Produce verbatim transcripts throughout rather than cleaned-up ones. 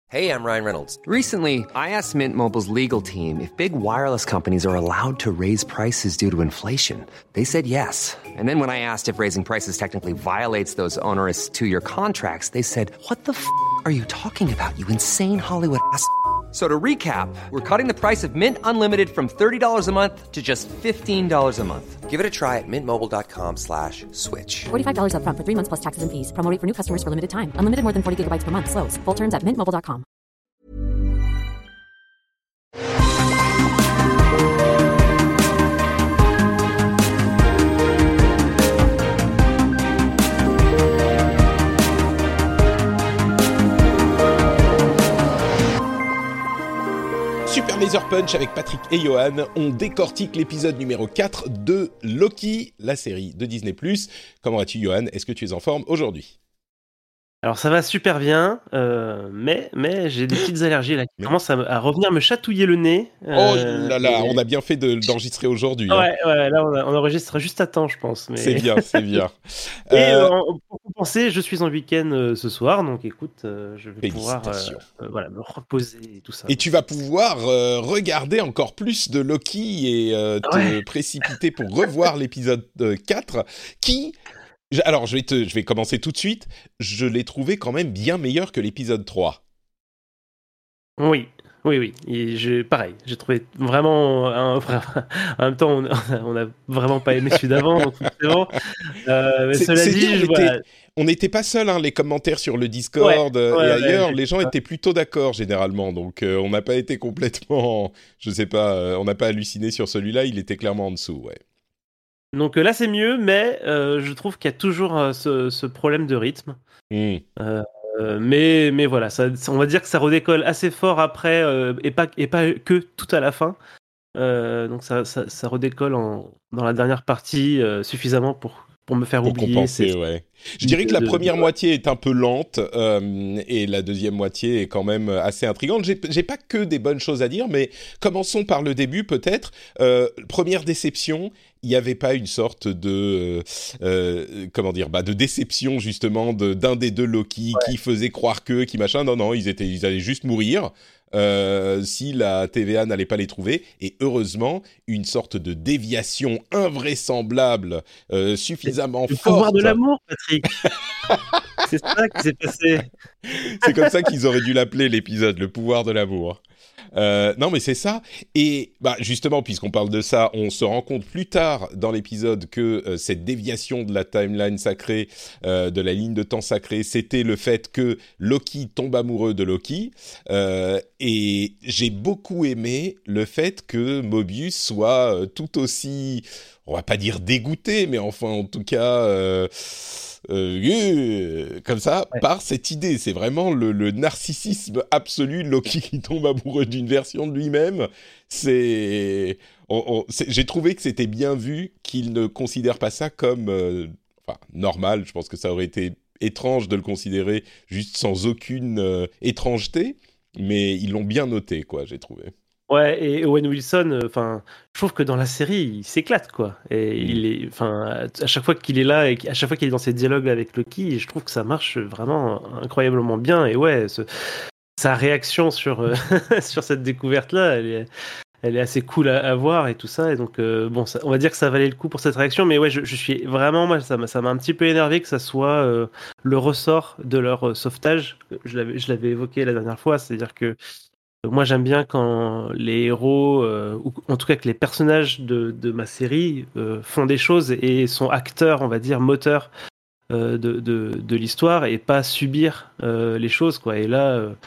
Hey, I'm Ryan Reynolds. Recently, I asked Mint Mobile's legal team if big wireless companies are allowed to raise prices due to inflation. They said yes. And then when I asked if raising prices technically violates those onerous two-year contracts, they said, "What the f*** are you talking about, you insane Hollywood ass f- So to recap, we're cutting the price of Mint Unlimited from thirty dollars a month to just fifteen dollars a month. Give it a try at mintmobile.com slash switch. forty-five dollars up front for three months plus taxes and fees. Promo rate for new customers for limited time. Unlimited more than forty gigabytes per month. Slows full terms at mint mobile dot com. Super Laser Punch avec Patrick et Johan, on décortique l'épisode numéro quatre de Loki, la série de Disney plus. Comment vas-tu Johan ? Est-ce que tu es en forme aujourd'hui ? Alors ça va super bien, euh, mais, mais j'ai des petites allergies là qui commencent à, à revenir me chatouiller le nez. Euh, oh là là, et... on a bien fait de, d'enregistrer aujourd'hui. Ouais, hein. ouais, là on, a, on enregistre juste à temps je pense. Mais... C'est bien, c'est bien. Et euh... euh, pour compenser, je suis en week-end euh, ce soir, donc écoute, euh, je vais pouvoir euh, euh, voilà, me reposer et tout ça. Et tu vas pouvoir euh, regarder encore plus de Loki et euh, te ouais. précipiter pour revoir l'épisode quatre qui... Alors, je vais, te, je vais commencer tout de suite. Je l'ai trouvé quand même bien meilleur que l'épisode trois. Oui, oui, oui. Et j'ai, pareil, j'ai trouvé vraiment... Un, en même temps, on n'a on a vraiment pas aimé celui d'avant, donc forcément. Euh, mais c'est, cela c'est dit, dit, on, voilà. était, on n'était pas seuls, hein, les commentaires sur le Discord ouais, ouais, et ailleurs, ouais, les gens étaient plutôt d'accord généralement. Donc, euh, on n'a pas été complètement... Je sais pas, euh, on n'a pas halluciné sur celui-là, il était clairement en dessous, ouais. Donc euh, là c'est mieux, mais euh, je trouve qu'il y a toujours euh, ce, ce problème de rythme. Mmh. Euh, euh, mais, mais voilà, ça, on va dire que ça redécolle assez fort après euh, et, pas, et pas que tout à la fin. Euh, donc ça, ça, ça redécolle en, dans la dernière partie euh, suffisamment pour, pour me faire pour oublier. Compenser, ouais. Je dirais que la première de... moitié est un peu lente euh, et la deuxième moitié est quand même assez intrigante. J'ai, j'ai pas que des bonnes choses à dire, mais commençons par le début peut-être. Euh, première déception, il n'y avait pas une sorte de euh, comment dire, bah de déception justement de, d'un des deux Loki ouais. qui faisait croire que, qui machin. Non non, ils étaient, ils allaient juste mourir. Euh, si la T V A n'allait pas les trouver, et heureusement une sorte de déviation invraisemblable euh, suffisamment le forte. Le pouvoir de l'amour, Patrick. C'est ça qui s'est passé. C'est comme ça qu'ils auraient dû l'appeler l'épisode, le pouvoir de l'amour. Euh, non mais c'est ça, et bah justement puisqu'on parle de ça, on se rend compte plus tard dans l'épisode que euh, cette déviation de la timeline sacrée, euh, de la ligne de temps sacrée, c'était le fait que Loki tombe amoureux de Loki, euh, et j'ai beaucoup aimé le fait que Mobius soit euh, tout aussi, on va pas dire dégoûté, mais enfin en tout cas... Euh, Euh, euh, comme ça, ouais. par cette idée. C'est vraiment le, le narcissisme absolu de Loki qui tombe amoureux d'une version de lui-même. C'est... On, on, c'est... J'ai trouvé que c'était bien vu qu'il ne considère pas ça comme... Euh, enfin, normal. Je pense que ça aurait été étrange de le considérer juste sans aucune euh, étrangeté. Mais ils l'ont bien noté, quoi, j'ai trouvé. Ouais, et Owen Wilson, enfin, euh, je trouve que dans la série, il s'éclate, quoi. Et mmh. il est, enfin, à chaque fois qu'il est là et à chaque fois qu'il est dans ses dialogues avec Loki, je trouve que ça marche vraiment incroyablement bien. Et ouais, ce, sa réaction sur euh, sur cette découverte-là, elle est, elle est assez cool à, à voir et tout ça. Et donc, euh, bon, ça, on va dire que ça valait le coup pour cette réaction. Mais ouais, je, je suis vraiment, moi, ça m'a, ça m'a un petit peu énervé que ça soit euh, le ressort de leur sauvetage. Je l'avais, je l'avais évoqué la dernière fois, c'est-à-dire que moi, j'aime bien quand les héros, euh, ou en tout cas que les personnages de, de ma série euh, font des choses et sont acteurs, on va dire, moteurs euh, de, de, de l'histoire et pas subir euh, les choses, quoi. Et là, euh,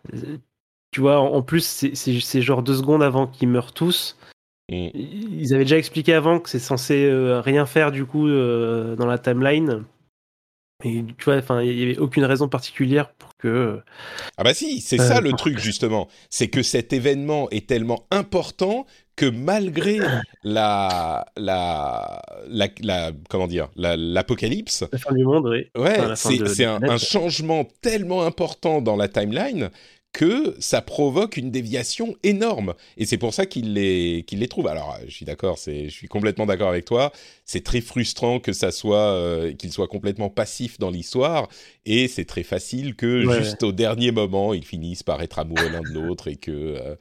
tu vois, en plus, c'est, c'est, c'est genre deux secondes avant qu'ils meurent tous. Mmh. Ils avaient déjà expliqué avant que c'est censé euh, rien faire, du coup, euh, dans la timeline. Et tu vois, enfin, il n'y avait aucune raison particulière pour que... Ah bah si, c'est euh, ça le truc justement. C'est que cet événement est tellement important que malgré la, la, la, la comment dire, la, l'apocalypse... La fin du monde, oui. Ouais, enfin, c'est, de, c'est de un, un changement tellement important dans la timeline que ça provoque une déviation énorme. Et c'est pour ça qu'il les, qu'il les trouve. Alors, je suis d'accord, c'est, je suis complètement d'accord avec toi. C'est très frustrant que ça soit, euh, qu'il soit complètement passif dans l'histoire. Et c'est très facile que, ouais. juste au dernier moment, ils finissent par être amoureux l'un de l'autre. Et que, euh,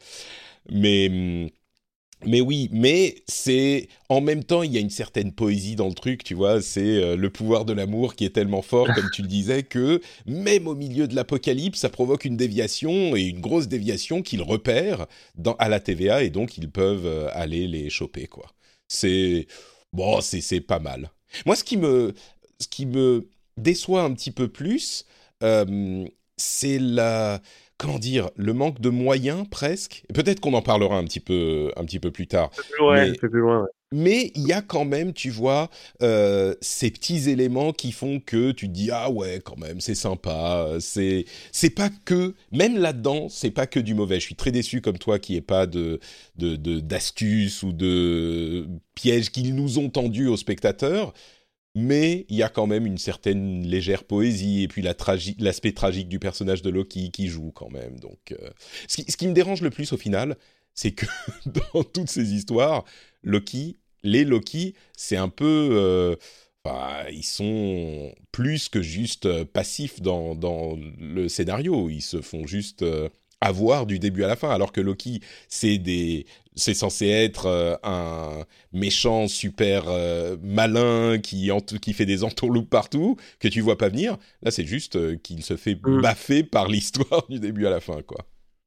mais... Mais oui, mais c'est en même temps il y a une certaine poésie dans le truc, tu vois, c'est euh, le pouvoir de l'amour qui est tellement fort, comme tu le disais, que même au milieu de l'apocalypse, ça provoque une déviation et une grosse déviation qu'ils repèrent dans, à la T V A et donc ils peuvent euh, aller les choper, quoi. C'est bon, c'est c'est pas mal. Moi, ce qui me ce qui me déçoit un petit peu plus, euh, c'est la Comment dire, le manque de moyens presque. Et peut-être qu'on en parlera un petit peu, un petit peu plus tard. Un peu plus loin, mais, un peu plus loin. Ouais. Mais il y a quand même, tu vois, euh, ces petits éléments qui font que tu te dis ah ouais, quand même, c'est sympa. C'est, c'est pas que, même là-dedans, c'est pas que du mauvais. Je suis très déçu comme toi qu'il n'y ait pas de, de, de, d'astuces ou de pièges qu'ils nous ont tendus aux spectateurs. Mais il y a quand même une certaine légère poésie et puis la tragi- l'aspect tragique du personnage de Loki qui joue quand même. Donc, euh, ce, qui, ce qui me dérange le plus au final, c'est que dans toutes ces histoires, Loki, les Loki, c'est un peu... Euh, enfin, ils sont plus que juste passifs dans, dans le scénario. Ils se font juste... Euh, avoir du début à la fin, alors que Loki, c'est des, c'est censé être euh, un méchant super euh, malin qui ent- qui fait des entourloupes partout que tu vois pas venir. Là, c'est juste euh, qu'il se fait mm. baffer par l'histoire du début à la fin, quoi.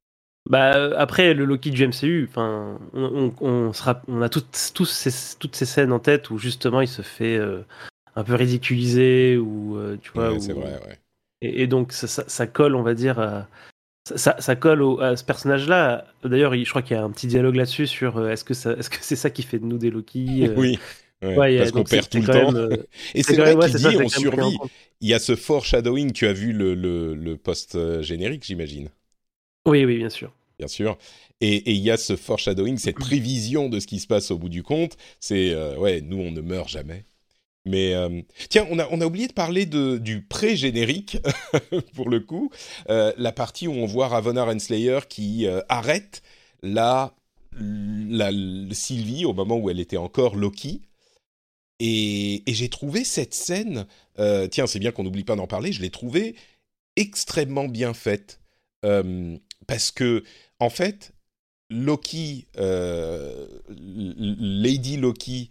Bah après le Loki du M C U, enfin, on, on, on, sera, on a toutes, tous ces, toutes ces scènes en tête où justement il se fait euh, un peu ridiculiser ou euh, tu vois. Ouais, où, c'est vrai, ouais. Et, et donc ça, ça, ça colle, on va dire. À, Ça, ça colle au, à ce personnage-là. D'ailleurs, je crois qu'il y a un petit dialogue là-dessus sur euh, est-ce que ça, est-ce que c'est ça qui fait de nous des Loki euh... Oui, ouais, ouais, parce a, qu'on perd tout le temps. Même, euh, et c'est, c'est vrai même, qu'il ouais, dit ça, on survit. Il y a ce foreshadowing. Tu as vu le, le, le post-générique, j'imagine. Oui, oui, bien sûr. Bien sûr. Et il y a ce foreshadowing, cette prévision de ce qui se passe au bout du compte. C'est euh, ouais, nous on ne meurt jamais. Mais euh, tiens, on a, on a oublié de parler de, du pré-générique, pour le coup, euh, la partie où on voit Ravonna Renslayer qui euh, arrête la, la, la Sylvie au moment où elle était encore Loki. Et, et j'ai trouvé cette scène, euh, tiens, c'est bien qu'on n'oublie pas d'en parler, je l'ai trouvée extrêmement bien faite. Euh, parce que, en fait, Loki, euh, Lady Loki,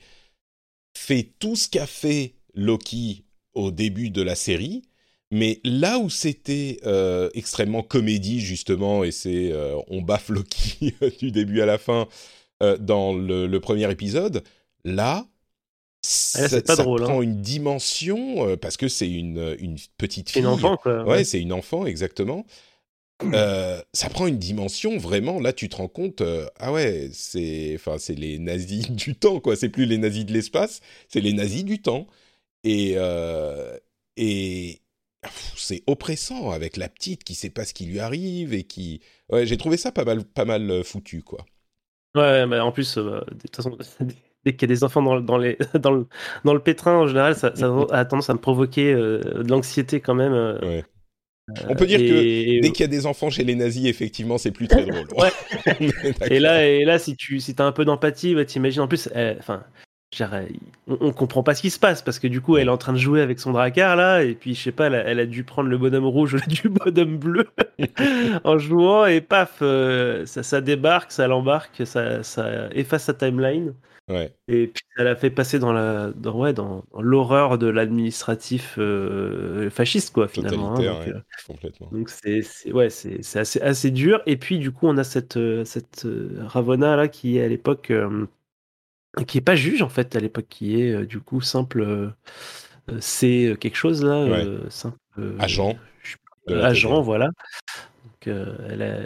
fait tout ce qu'a fait Loki au début de la série, mais là où c'était euh, extrêmement comédie justement, et c'est euh, on baffe Loki du début à la fin euh, dans le, le premier épisode, là, ah, là ça, ça drôle, prend hein. une dimension euh, parce que c'est une, une petite fille. Une enfant, quoi. Ouais, ouais. c'est une enfant, exactement. Euh, ça prend une dimension vraiment. Là, tu te rends compte. Euh, ah ouais, c'est, enfin, c'est les nazis du temps, quoi. C'est plus les nazis de l'espace, c'est les nazis du temps. Et euh, et pff, c'est oppressant avec la petite qui sait pas ce qui lui arrive et qui. Ouais, j'ai trouvé ça pas mal, pas mal foutu, quoi. Ouais, mais en plus, euh, de toute façon, dès qu'il y a des enfants dans, dans, les, dans, le, dans le pétrin, en général, ça, ça a tendance à me provoquer euh, de l'anxiété quand même. Euh, ouais. On peut dire et... que dès qu'il y a des enfants chez les nazis, effectivement, c'est plus très drôle. Ouais. et là, et là, si tu si t'as un peu d'empathie, bah, t'imagines en plus, enfin, euh, on, on comprend pas ce qui se passe parce que du coup, elle est en train de jouer avec son dracard là, et puis je sais pas, elle a, elle a dû prendre le bonhomme rouge ou du bonhomme bleu en jouant, et paf, euh, ça, ça débarque, ça l'embarque, ça, ça efface sa timeline. Ouais. Et puis ça l'a fait passer dans la dans, ouais, dans, dans l'horreur de l'administratif euh, fasciste, quoi, finalement. Totalitaire, hein, donc, ouais, euh, complètement. donc c'est, c'est, ouais, c'est, c'est assez, assez dur. Et puis du coup, on a cette, cette euh, Ravonna là qui est à l'époque, euh, qui est pas juge en fait, à l'époque, qui est euh, du coup simple, euh, c'est quelque chose là, ouais. euh, simple euh, agent, euh, agent, voilà. Donc euh, elle a,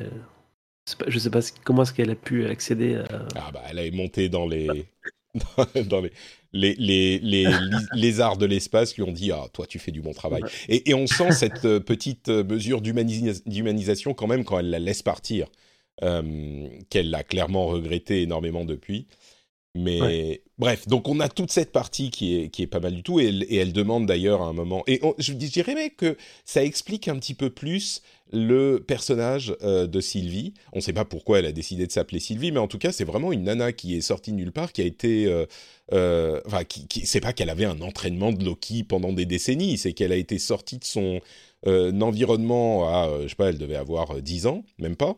je sais pas comment est-ce qu'elle a pu accéder à... Ah bah elle est montée dans les dans les les les les lézards de l'espace lui ont dit ah toi tu fais du bon travail. Ouais. Et, et on sent cette euh, petite mesure d'humanis- d'humanisation quand même quand elle la laisse partir, euh, qu'elle l'a clairement regretté énormément depuis. Mais Ouais. bref, donc on a toute cette partie qui est, qui est pas mal du tout, et elle, et elle demande d'ailleurs à un moment... Et on- je dirais même que ça explique un petit peu plus le personnage euh, de Sylvie. On ne sait pas pourquoi elle a décidé de s'appeler Sylvie, mais en tout cas, c'est vraiment une nana qui est sortie de nulle part, qui a été... Euh, euh, enfin, qui, qui, c'est pas qu'elle avait un entraînement de Loki pendant des décennies, c'est qu'elle a été sortie de son euh, environnement à, euh, je sais pas, elle devait avoir dix ans, même pas,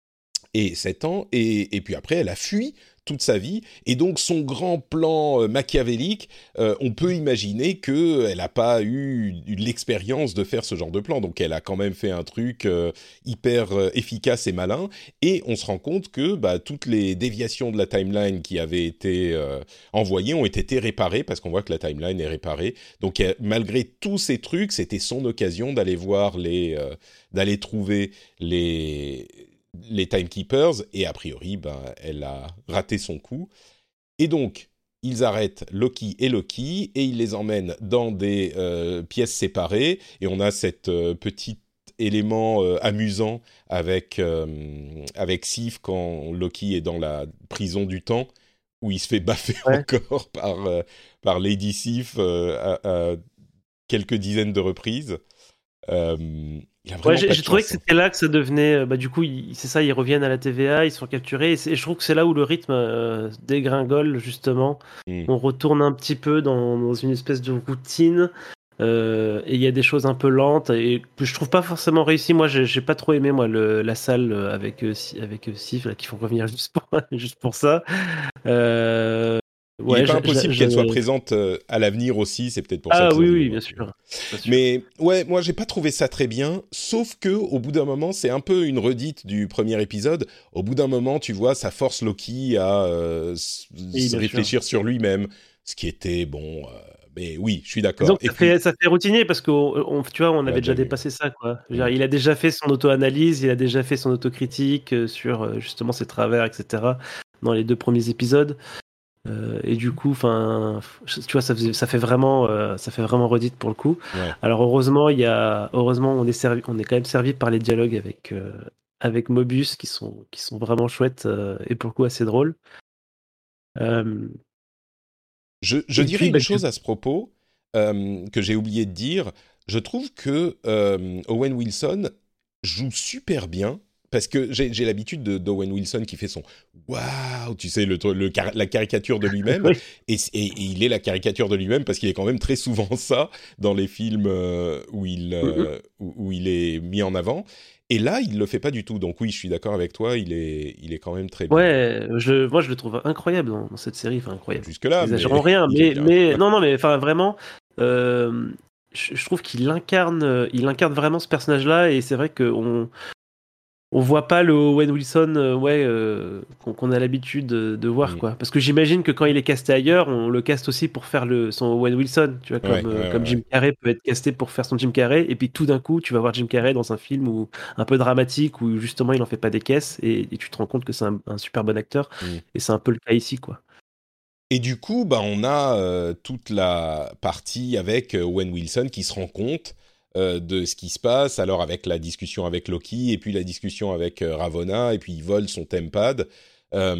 et sept ans, et, et puis après, elle a fui toute sa vie, et donc son grand plan euh, machiavélique, euh, on peut imaginer qu'elle n'a pas eu l'expérience de faire ce genre de plan, donc elle a quand même fait un truc euh, hyper euh, efficace et malin, et on se rend compte que bah, toutes les déviations de la timeline qui avaient été euh, envoyées ont été réparées, parce qu'on voit que la timeline est réparée, donc elle, malgré tous ces trucs, c'était son occasion d'aller voir les... Euh, d'aller trouver les... les Timekeepers, et a priori, ben, elle a raté son coup. Et donc, ils arrêtent Loki et Loki, et ils les emmènent dans des euh, pièces séparées, et on a cet euh, petit élément euh, amusant avec, euh, avec Sif quand Loki est dans la prison du temps, où il se fait baffer Ouais. encore par, euh, par Lady Sif euh, à, à quelques dizaines de reprises. Euh, il a vraiment Ouais, j'ai pas de j'ai trouvé que chance, hein. c'était là que ça devenait. euh, Bah, du coup, ils- c'est ça, ils reviennent à la T V A, ils sont capturés. Et, c'est- et je trouve que c'est là où le rythme euh, dégringole, justement. Mm. On retourne un petit peu dans, dans une espèce de routine. euh, et il y a des choses un peu lentes. Et que je trouve pas forcément réussi. Moi, j'ai j'ai pas trop aimé moi, le, la salle euh, avec, euh, Si- avec euh, Sif, là, qui font revenir juste pour, juste pour ça. Euh, Il n'est ouais, pas je- impossible je- qu'elle soit je- présente euh, à l'avenir aussi, c'est peut-être pour ça Ah qu'ils ont oui, voulu oui, bien montrer. sûr. Bien sûr. Mais ouais, moi j'ai pas trouvé ça très bien, sauf que au bout d'un moment, c'est un peu une redite du premier épisode. Au bout d'un moment, tu vois, ça force Loki à euh, s- Oui, se bien réfléchir sur lui-même, ce qui était bon. euh, mais oui, je suis Disons d'accord. que Et ça puis, fait, ça fait routinier parce que on, tu vois, on on l'a avait déjà déjà vu. dépassé ça, quoi. Je veux dire, Mm. il a déjà fait son auto-analyse, il a déjà fait son autocritique euh, sur euh, justement ses travers, et cetera. Dans les deux premiers épisodes. Euh, et du coup, enfin, tu vois, ça, faisait- ça fait vraiment, euh, ça fait vraiment redite pour le coup. Ouais. Alors heureusement, il y a, heureusement, on est servi, on est quand même servi par les dialogues avec euh, avec Mobius qui sont qui sont vraiment chouettes euh, et pour le coup assez drôles. Euh, Je, je et dirais puis, une bah, du- chose à ce propos euh, que j'ai oublié de dire. Je trouve que euh, Owen Wilson joue super bien. Parce que j'ai, j'ai l'habitude de, d'Owen Wilson qui fait son waouh, tu sais, le, le, car- la caricature de lui-même. oui. Et, et, et il est la caricature de lui-même parce qu'il est quand même très souvent ça dans les films euh, où, il, euh, où, où il est mis en avant. Et là, il le fait pas du tout. Donc oui, je suis d'accord avec toi, il est, il est quand même très bien. Ouais, je, moi je le trouve incroyable dans, dans cette série, enfin incroyable. Jusque-là, mais Exagérons rien, il est mais, bien. mais non, non, mais enfin vraiment, euh, je, je trouve qu'il incarne, euh, il incarne vraiment ce personnage-là, et c'est vrai qu'on on voit pas le Owen Wilson, euh, ouais, euh, qu'on qu'on a l'habitude de, de voir, Mm. quoi. Parce que j'imagine que quand il est casté ailleurs, on le caste aussi pour faire le, son Owen Wilson, tu vois, comme, Ouais, euh, ouais, comme ouais, Jim ouais. Carrey peut être casté pour faire son Jim Carrey, et puis tout d'un coup, tu vas voir Jim Carrey dans un film où, un peu dramatique, où justement il en fait pas des caisses, et, et tu te rends compte que c'est un, un super bon acteur, Mm. et c'est un peu le cas ici, quoi. Et du coup, bah, on a euh, toute la partie avec euh, Owen Wilson qui se rend compte euh, de ce qui se passe, alors avec la discussion avec Loki, et puis la discussion avec euh, Ravonna, et puis il vole son Tempad, euh,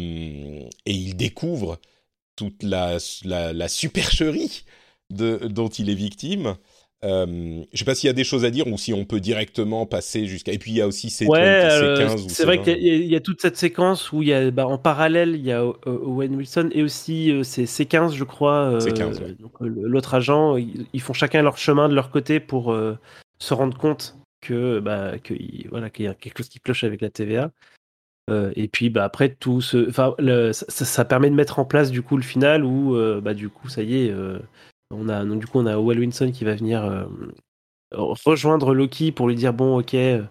et il découvre toute la, la, la supercherie de, dont il est victime. Euh, je ne sais pas s'il y a des choses à dire, ou si on peut directement passer jusqu'à... Et puis il y a aussi C, Ouais, vingt, euh, C quinze ou c'est vrai C vingt. qu'il y, a- il y a toute cette séquence où il y a, bah, en parallèle, il y a euh, Owen Wilson et aussi euh, c'est C quinze, je crois. euh, C quinze, ouais. donc, euh, l'autre agent, ils, ils font chacun leur chemin de leur côté pour euh, se rendre compte que, bah, que il- voilà, qu'il y a quelque chose qui cloche avec la T V A. Euh, et puis bah, après, tout ce, enfin, le- ça, ça- ça permet de mettre en place du coup le final où, euh, bah, du coup, ça y est, euh, on a, donc, du coup, on a Owen Wilson qui va venir euh, rejoindre Loki pour lui dire bon, ok. euh,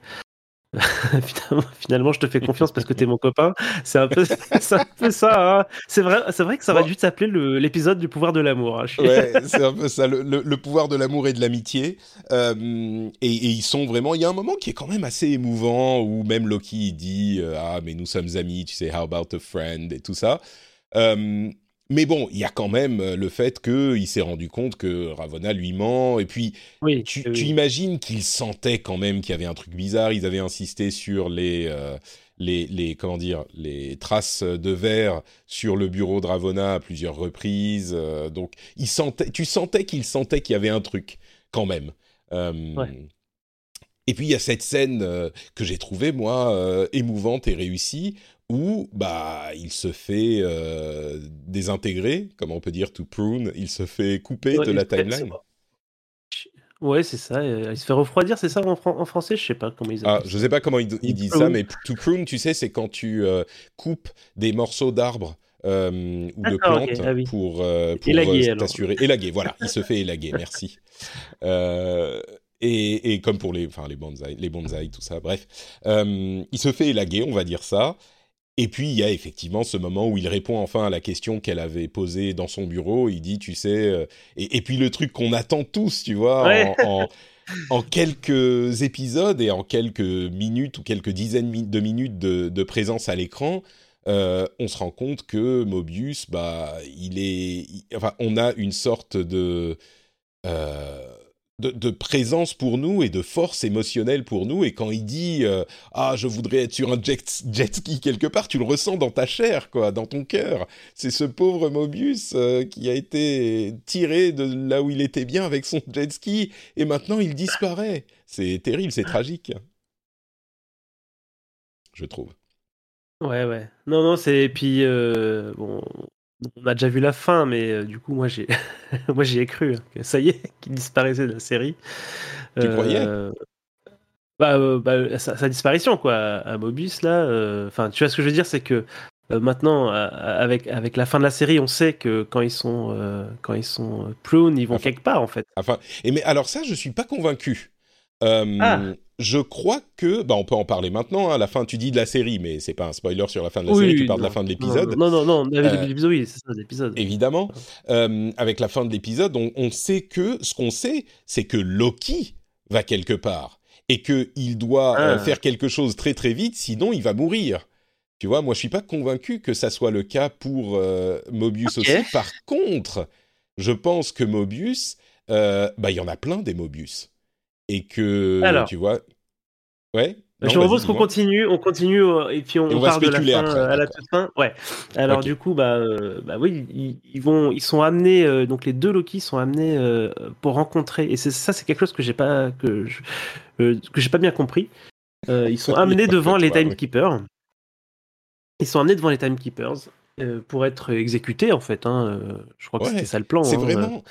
finalement, finalement, je te fais confiance parce que t'es mon copain. C'est un peu, c'est un peu ça. Hein. C'est vrai, c'est vrai que ça aurait Bon. dû s'appeler le- l'épisode du pouvoir de l'amour. Hein. Je suis- Ouais, c'est un peu ça, le, le- le pouvoir de l'amour et de l'amitié. Euh, et, et ils sont vraiment... Il y a un moment qui est quand même assez émouvant, où même Loki il dit euh, « Ah, mais nous sommes amis, tu sais, how about a friend ?» et tout ça. Euh, mais bon, il y a quand même le fait qu'il s'est rendu compte que Ravonna lui ment, et puis Oui, tu, oui. tu imagines qu'il sentait quand même qu'il y avait un truc bizarre. Ils avaient insisté sur les, euh, les, les, comment dire, les traces de verre sur le bureau de Ravonna à plusieurs reprises, euh, donc il sentait, tu sentais qu'il sentait qu'il y avait un truc quand même. Euh, Ouais. Et puis il y a cette scène euh, que j'ai trouvée moi euh, émouvante et réussie, où bah il se fait euh, désintégrer, comment on peut dire, to prune, il se fait couper Ouais, de il la se fait- timeline. Ouais, c'est ça. euh, Il se fait refroidir, c'est ça en, fran- en français? Je sais pas comment ils Ah, appellent je ça. sais pas comment ils, ils Il disent ça, prune. mais to prune, tu sais, c'est quand tu euh, coupes des morceaux d'arbres euh, ou de D'accord, ok. plantes Ah oui. pour euh, pour euh, Élagué alors. t'assurer. Élaguer, voilà, il se fait élaguer. Merci. Euh, et, et comme pour les, enfin les bonsaïs, les bonsaïs, tout ça. Bref, euh, il se fait élaguer, on va dire ça. Et puis, il y a effectivement ce moment où il répond enfin à la question qu'elle avait posée dans son bureau. Il dit, tu sais... euh, et, et puis, le truc qu'on attend tous, tu vois, Ouais. en, en, en quelques épisodes et en quelques minutes ou quelques dizaines mi- de minutes de, de présence à l'écran, euh, on se rend compte que Mobius, bah, il est... il- enfin, on a une sorte de... euh, de, de présence pour nous et de force émotionnelle pour nous. Et quand il dit euh, ah, je voudrais être sur un jet, jet ski quelque part, tu le ressens dans ta chair, quoi, dans ton cœur. C'est ce pauvre Mobius euh, qui a été tiré de là où il était bien avec son jet ski et maintenant il disparaît. C'est terrible, c'est tragique, je trouve. Ouais, ouais. Non, non, c'est. Puis, euh, bon, on a déjà vu la fin, mais euh, du coup, moi, j'ai, moi, j'y ai cru, hein, que ça y est, qu'il disparaissait de la série. Tu croyais? Euh, Bah, euh, bah, sa, sa disparition, quoi, à Mobius, là. euh, Enfin, tu vois ce que je veux dire, c'est que euh, maintenant, euh, avec, avec la fin de la série, on sait que quand ils sont, euh, quand ils sont euh, prune, ils vont Enfin, quelque part, en fait. enfin, et mais alors ça, je suis pas convaincu. Ah, Euh, je crois que, bah, on peut en parler maintenant. Hein, à la fin, tu dis de la série, mais c'est pas un spoiler sur la fin de la série. Tu oui, parles de la non. fin de Non, l'épisode. non, non, non, non, Euh, l'épisode, oui, c'est ça, l'épisode. évidemment, euh, avec la fin de l'épisode, on, on sait que ce qu'on sait, c'est que Loki va quelque part et que il doit euh, Ah, faire quelque chose très très vite, sinon il va mourir. Tu vois, moi je suis pas convaincu que ça soit le cas pour euh, Mobius aussi. ok. Par contre, je pense que Mobius, euh, bah il y en a plein des Mobius et que Alors. tu vois, ouais, Je non, te vas-y, propose qu'on dis-moi. continue, on continue euh, et puis on, Et on on va part de la spéculer fin après, euh, à la d'accord. toute fin. Ouais. Alors Ok. du coup, bah, euh, bah oui, ils, ils vont, ils sont amenés, euh, donc les deux Loki sont amenés euh, pour rencontrer. Et c'est ça, c'est quelque chose que j'ai pas, que je, euh, que j'ai pas bien compris. Euh, ils sont Il y a amenés pas que devant les toi, oui. Timekeepers. Ils sont amenés devant les Timekeepers euh, pour être exécutés en fait. Hein. Euh, je crois que c'était Ouais, ça le plan. c'est Hein. vraiment.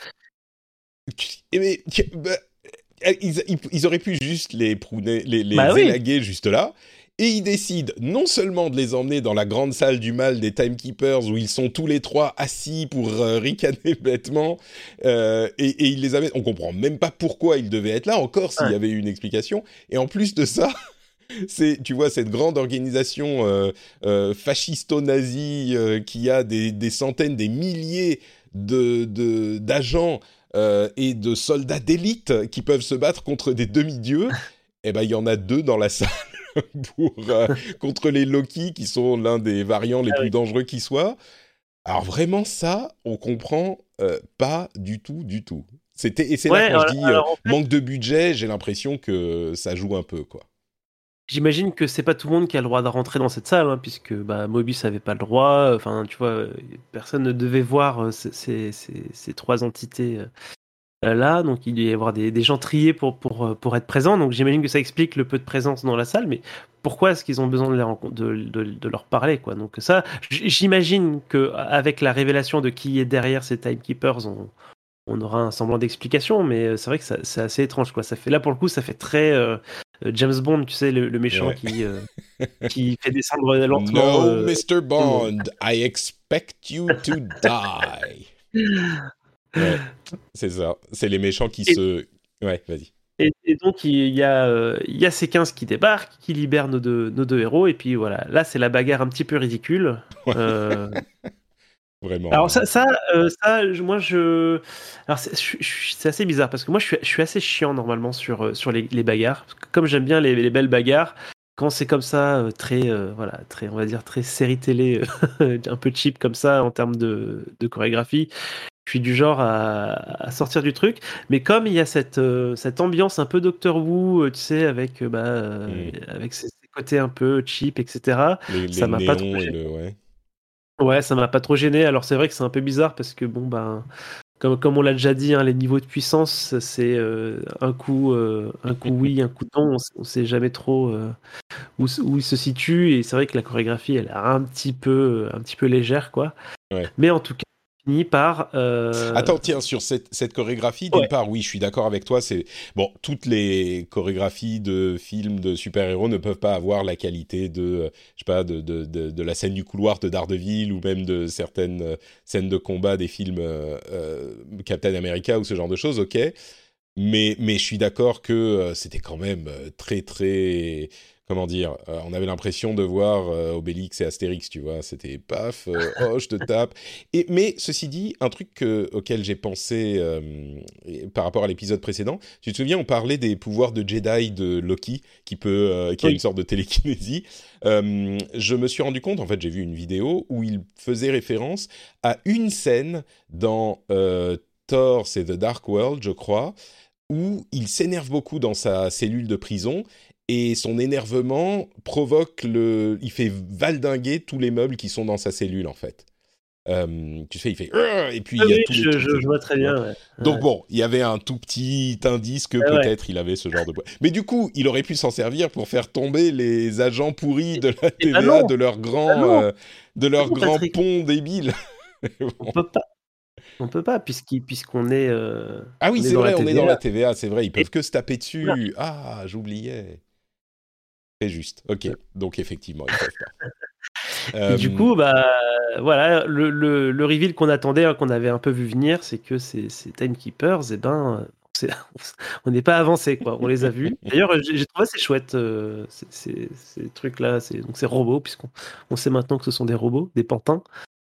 Eh, mais, bah, ils, ils- ils auraient pu juste les prouner, les, Bah les oui. élaguer juste là, et ils décident non seulement de les emmener dans la grande salle du mal des Timekeepers où ils sont tous les trois assis pour euh, ricaner bêtement, euh, et, et ils les amènent. On comprend même pas pourquoi ils devaient être là, encore s'il Ouais. y avait eu une explication. Et en plus de ça, c'est, tu vois, cette grande organisation euh, euh, fascisto-nazie euh, qui a des, des centaines, des milliers de, de, d'agents euh, et de soldats d'élite qui peuvent se battre contre des demi-dieux. Eh ben, il y en a deux dans la salle pour, euh, contre les Loki, qui sont l'un des variants les Ah plus oui. dangereux qui soient. Alors vraiment, ça, on comprend euh, pas du tout, du tout. C'était, et c'est là Ouais. quand je Alors, dis euh, alors, en fait, manque de budget, j'ai l'impression que ça joue un peu, quoi. j'imagine que c'est pas tout le monde qui a le droit de rentrer dans cette salle, hein, puisque bah, Mobius avait pas le droit. Enfin, tu vois, euh, personne ne devait voir euh, ces, ces- ces- ces trois entités euh, là. Donc, il doit y avoir des, des gens triés pour, pour, euh, pour être présents. Donc, j'imagine que ça explique le peu de présence dans la salle. Mais pourquoi est-ce qu'ils ont besoin de, les rencon- de, de, de leur parler, quoi? Donc, ça, j- j'imagine que avec la révélation de qui est derrière ces Timekeepers, on, on aura un semblant d'explication. Mais euh, c'est vrai que ça- c'est assez étrange, quoi. Ça fait, là, pour le coup, ça fait très euh, euh, James Bond, tu sais, le, le méchant Ouais. qui. euh, qui fait descendre lentement. No, euh, mister tout le monde. Bond, I expect you to die. Ouais, c'est ça. C'est les méchants qui Et, se... Ouais, vas-y. et- et donc, il y a, euh, il y a ces quinze qui débarquent, qui libèrent nos deux, nos deux héros, et puis voilà. Là, c'est la bagarre un petit peu ridicule. Ouais, Euh, vraiment, Alors, ça, vraiment. ça, euh, ça je- moi, je. Alors, c'est je- je- c'est assez bizarre, parce que moi, je suis, je suis assez chiant normalement sur, euh, sur les, les bagarres. Parce que comme j'aime bien les, les belles bagarres, quand c'est comme ça, euh, très, euh, voilà, très, on va dire très série télé, euh, un peu cheap comme ça en termes de, de chorégraphie, je suis du genre à, à sortir du truc. Mais comme il y a cette, euh, cette ambiance un peu Doctor Who, euh, tu sais, avec, euh, bah, euh, Mm. avec ces, ces côtés un peu cheap, et cetera. Les, les Ça m'a pas trop néons et gêné. le ouais. Ouais, ça m'a pas trop gêné. Alors c'est vrai que c'est un peu bizarre parce que bon ben. Comme, comme on l'a déjà dit, hein, les niveaux de puissance, c'est euh, un coup, euh, un coup oui, un coup non. On ne sait jamais trop euh, où, où il se situe. Et c'est vrai que la chorégraphie, elle est un petit peu, un petit peu légère, quoi. Ouais. Mais en tout cas, on finit par. Euh... Attends, tiens, sur cette, cette chorégraphie, d'une Ouais. part, oui, je suis d'accord avec toi. C'est bon, toutes les chorégraphies de films de super-héros ne peuvent pas avoir la qualité de, euh, je sais pas, de, de, de, de la scène du couloir de Daredevil ou même de certaines euh, scènes de combat des films euh, euh, Captain America ou ce genre de choses. Ok, mais mais je suis d'accord que euh, c'était quand même euh, très très comment dire, euh, on avait l'impression de voir euh, Obélix et Astérix, tu vois, c'était paf, euh, oh je te tape. Et mais ceci dit, un truc que- auquel j'ai pensé euh, et- par rapport à l'épisode précédent, tu te souviens, on parlait des pouvoirs de Jedi de Loki qui peut, euh, qui a Oui. une sorte de télékinésie. Euh, je me suis rendu compte, en fait, j'ai vu une vidéo où il faisait référence à une scène dans euh, Thor, c'est The Dark World, je crois, où il s'énerve beaucoup dans sa cellule de prison et son énervement provoque le... Il fait valdinguer tous les meubles qui sont dans sa cellule, en fait. Euh, tu sais, il fait... Et puis, Ah il y a oui, tous les je, trucs... je, je vois très tu vois. bien. Ouais. Donc Ouais. bon, il y avait un tout petit indice que Ah ouais. peut-être il avait ce genre de... Mais du coup, il aurait pu s'en servir pour faire tomber les agents pourris de la Et bah T V A non, de leur bah grand, non, euh, de leur non, grand Patrick, pont débile. on Bon. peut pas, on peut pas, puisqu'il- puisqu'on est, euh, Ah oui, on est c'est dans la vrai, on est dans T V A. la T V A, c'est vrai, ils Et peuvent que se taper voilà. dessus. Ah, j'oubliais. C'est juste. Ok, donc effectivement, ils peuvent pas. Et du Euh, coup, bah voilà, le, le, le reveal qu'on attendait, hein, qu'on avait un peu vu venir, c'est que ces, ces Timekeepers, eh ben, c'est- on n'est pas avancé, quoi. On les a vus. D'ailleurs, j'ai j'ai trouvé assez chouette euh, ces, ces, ces trucs-là, ces, donc ces robots, puisqu'on on sait maintenant que ce sont des robots, des pantins.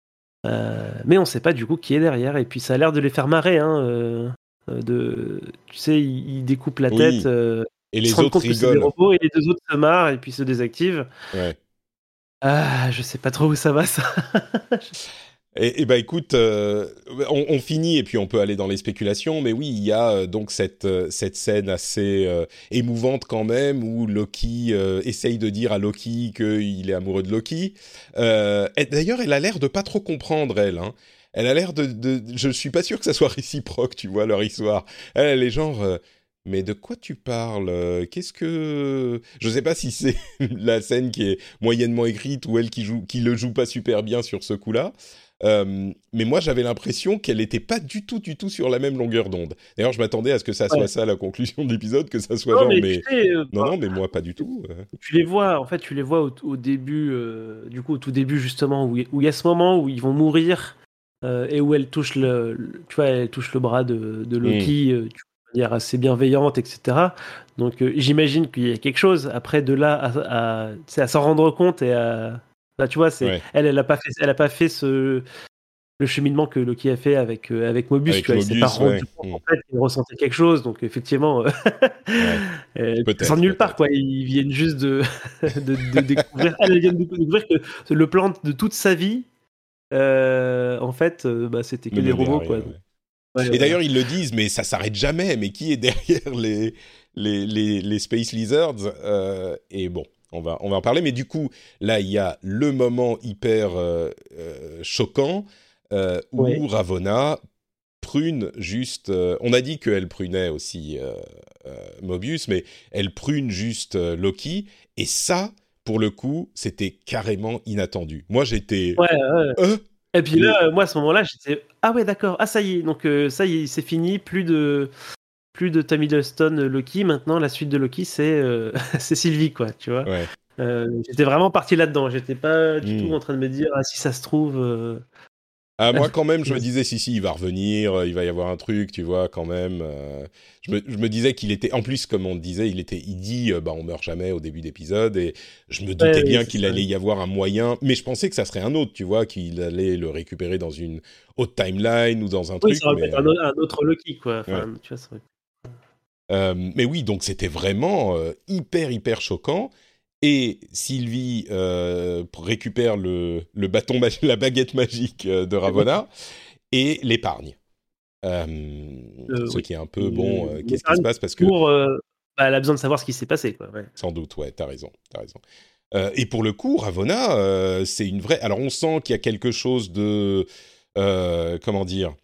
Euh, mais on ne sait pas du coup qui est derrière. Et puis ça a l'air de les faire marrer. Hein, euh, euh, de, tu sais, ils, ils découpent la tête, oui, euh, et ils se les rendent autres compte que c'est des rigolent. robots, et les deux autres se marrent et puis se désactivent. Ouais. Ah, je sais pas trop où ça va, ça. Et, et bah écoute, euh, on, on finit et puis on peut aller dans les spéculations, mais oui, il y a euh, donc cette, euh, cette scène assez euh, émouvante quand même où Loki euh, essaye de dire à Loki qu'il est amoureux de Loki. Euh, et d'ailleurs, elle a l'air de pas trop comprendre, elle. Hein. Elle a l'air de, de... Je suis pas sûr que ça soit réciproque, tu vois, leur histoire. Elle, elle est genre... euh, mais de quoi tu parles? Euh, Qu'est-ce que... Je sais pas si c'est la scène qui est moyennement écrite ou elle qui, joue, qui le joue pas super bien sur ce coup-là. Euh, mais moi, j'avais l'impression qu'elle n'était pas du tout, du tout sur la même longueur d'onde. D'ailleurs, je m'attendais à ce que ça soit Ouais. ça la conclusion de l'épisode, que ça soit Non, genre, mais tu mais sais, euh, non, enfin, non, mais moi pas du tout. euh. tu les vois, en fait, tu les vois au, au début, euh, du coup, au tout début, justement, où il où il y a ce moment où ils vont mourir euh, et où elle touche le, le- tu vois, elle touche le bras de, de Hmm, Loki, euh, tu vois, de manière assez bienveillante, et cetera. Donc, euh, j'imagine qu'il y a quelque chose. Après, de là à, à, tu sais, à s'en rendre compte et à, bah, tu vois, c'est, ouais, elle, elle a pas fait, elle a pas fait ce, le cheminement que Loki a fait avec, euh, avec Mobius, tu avec vois, il s'est pas Mobius, rendu ouais, compte hmm, en fait qu'il ressentait quelque chose, donc effectivement, euh, ouais, euh, sans peut-être, nulle part, peut-être. quoi. Ils viennent juste de, de, de découvrir, elle vient de découvrir que le plan de toute sa vie, euh, en fait, euh, bah, c'était Ne que des mener à robots, rien. quoi. Ouais. Ouais, Et voilà. d'ailleurs, ils le disent, mais ça s'arrête jamais. Mais qui est derrière les les les, les Space Lizards euh, Et bon. On va, on va en parler, mais du coup, là, il y a le moment hyper euh, euh, choquant euh, Ouais. où Ravonna prune juste. Euh, on a dit qu'elle prunait aussi euh, euh, Mobius, mais elle prune juste euh, Loki. Et ça, pour le coup, c'était carrément inattendu. Moi, j'étais. Ouais, ouais. Euh, Et puis mais là, euh, moi, à ce moment-là, j'étais, ah ouais, d'accord, ah ça y est, donc euh, ça y est, c'est fini, plus de, plus de Tom Hiddleston, euh, Loki. Maintenant, la suite de Loki, c'est, euh, c'est Sylvie, quoi, tu vois. ouais. Euh, j'étais vraiment parti là-dedans. J'étais pas du tout Hmm. en train de me dire, ah si ça se trouve. euh, Ah, moi, quand même, je me disais, si, si, il va revenir, euh, il va y avoir un truc, tu vois, quand même. euh, je, me, je me disais qu'il était, en plus, comme on disait, il était, il dit, euh, bah, on meurt jamais au début d'épisode, et je me doutais Ouais, oui, bien c'est qu'il ça. allait y avoir un moyen, mais je pensais que ça serait un autre, tu vois, qu'il allait le récupérer dans une autre timeline ou dans un Oui, truc, ça aurait pu mais être un, euh, autre un autre Loki, quoi. ouais. Enfin, tu vois, ça aurait- Euh, mais oui, donc c'était vraiment euh, hyper, hyper choquant. et Sylvie euh, récupère le, le bâton, mag- la baguette magique de Ravonna et l'épargne. Euh, Euh, ce oui. qui est un peu bon. Euh, qu'est-ce qui L'épargne se passe parce que Pour, euh, bah, elle a besoin de savoir ce qui s'est passé, quoi. Ouais. sans doute, ouais, t'as raison, t'as raison. Euh, et pour le coup, Ravonna, euh, c'est une vraie. Alors, on sent qu'il y a quelque chose de, euh, comment dire,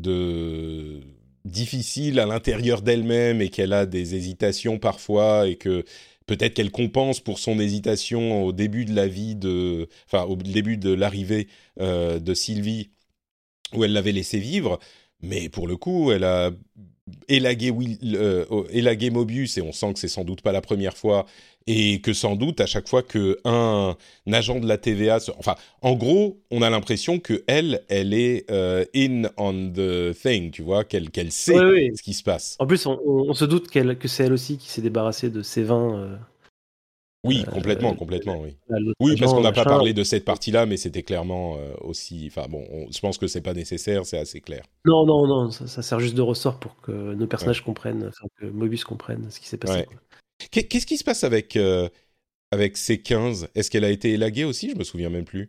de difficile à l'intérieur d'elle-même et qu'elle a des hésitations parfois et que peut-être qu'elle compense pour son hésitation au début de la vie de, enfin, au début de l'arrivée euh, de Sylvie où elle l'avait laissé vivre. Mais pour le coup, elle a élagué, Will, euh, élagué Mobius et on sent que c'est sans doute pas la première fois. Et que sans doute, à chaque fois qu'un agent de la T V A... Se... Enfin, en gros, on a l'impression qu'elle, elle est euh, in on the thing, tu vois, qu'elle, qu'elle sait Oui, oui. ce qui se passe. En plus, on, on se doute qu'elle, que c'est elle aussi qui s'est débarrassée de ses vins. Euh, Oui, euh, complètement, complètement, oui. à l'autre Oui, parce agent, qu'on n'a pas machin. parlé de cette partie-là, mais c'était clairement euh, aussi... Enfin bon, on, je pense que c'est pas nécessaire, c'est assez clair. Non, non, non, ça, ça sert juste de ressort pour que nos personnages Ouais. comprennent, enfin, que Mobius comprenne ce qui s'est passé. Ouais. Quoi. Qu'est-ce qui se passe avec, euh, avec C quinze ? Est-ce qu'elle a été élaguée aussi ? Je me souviens même plus.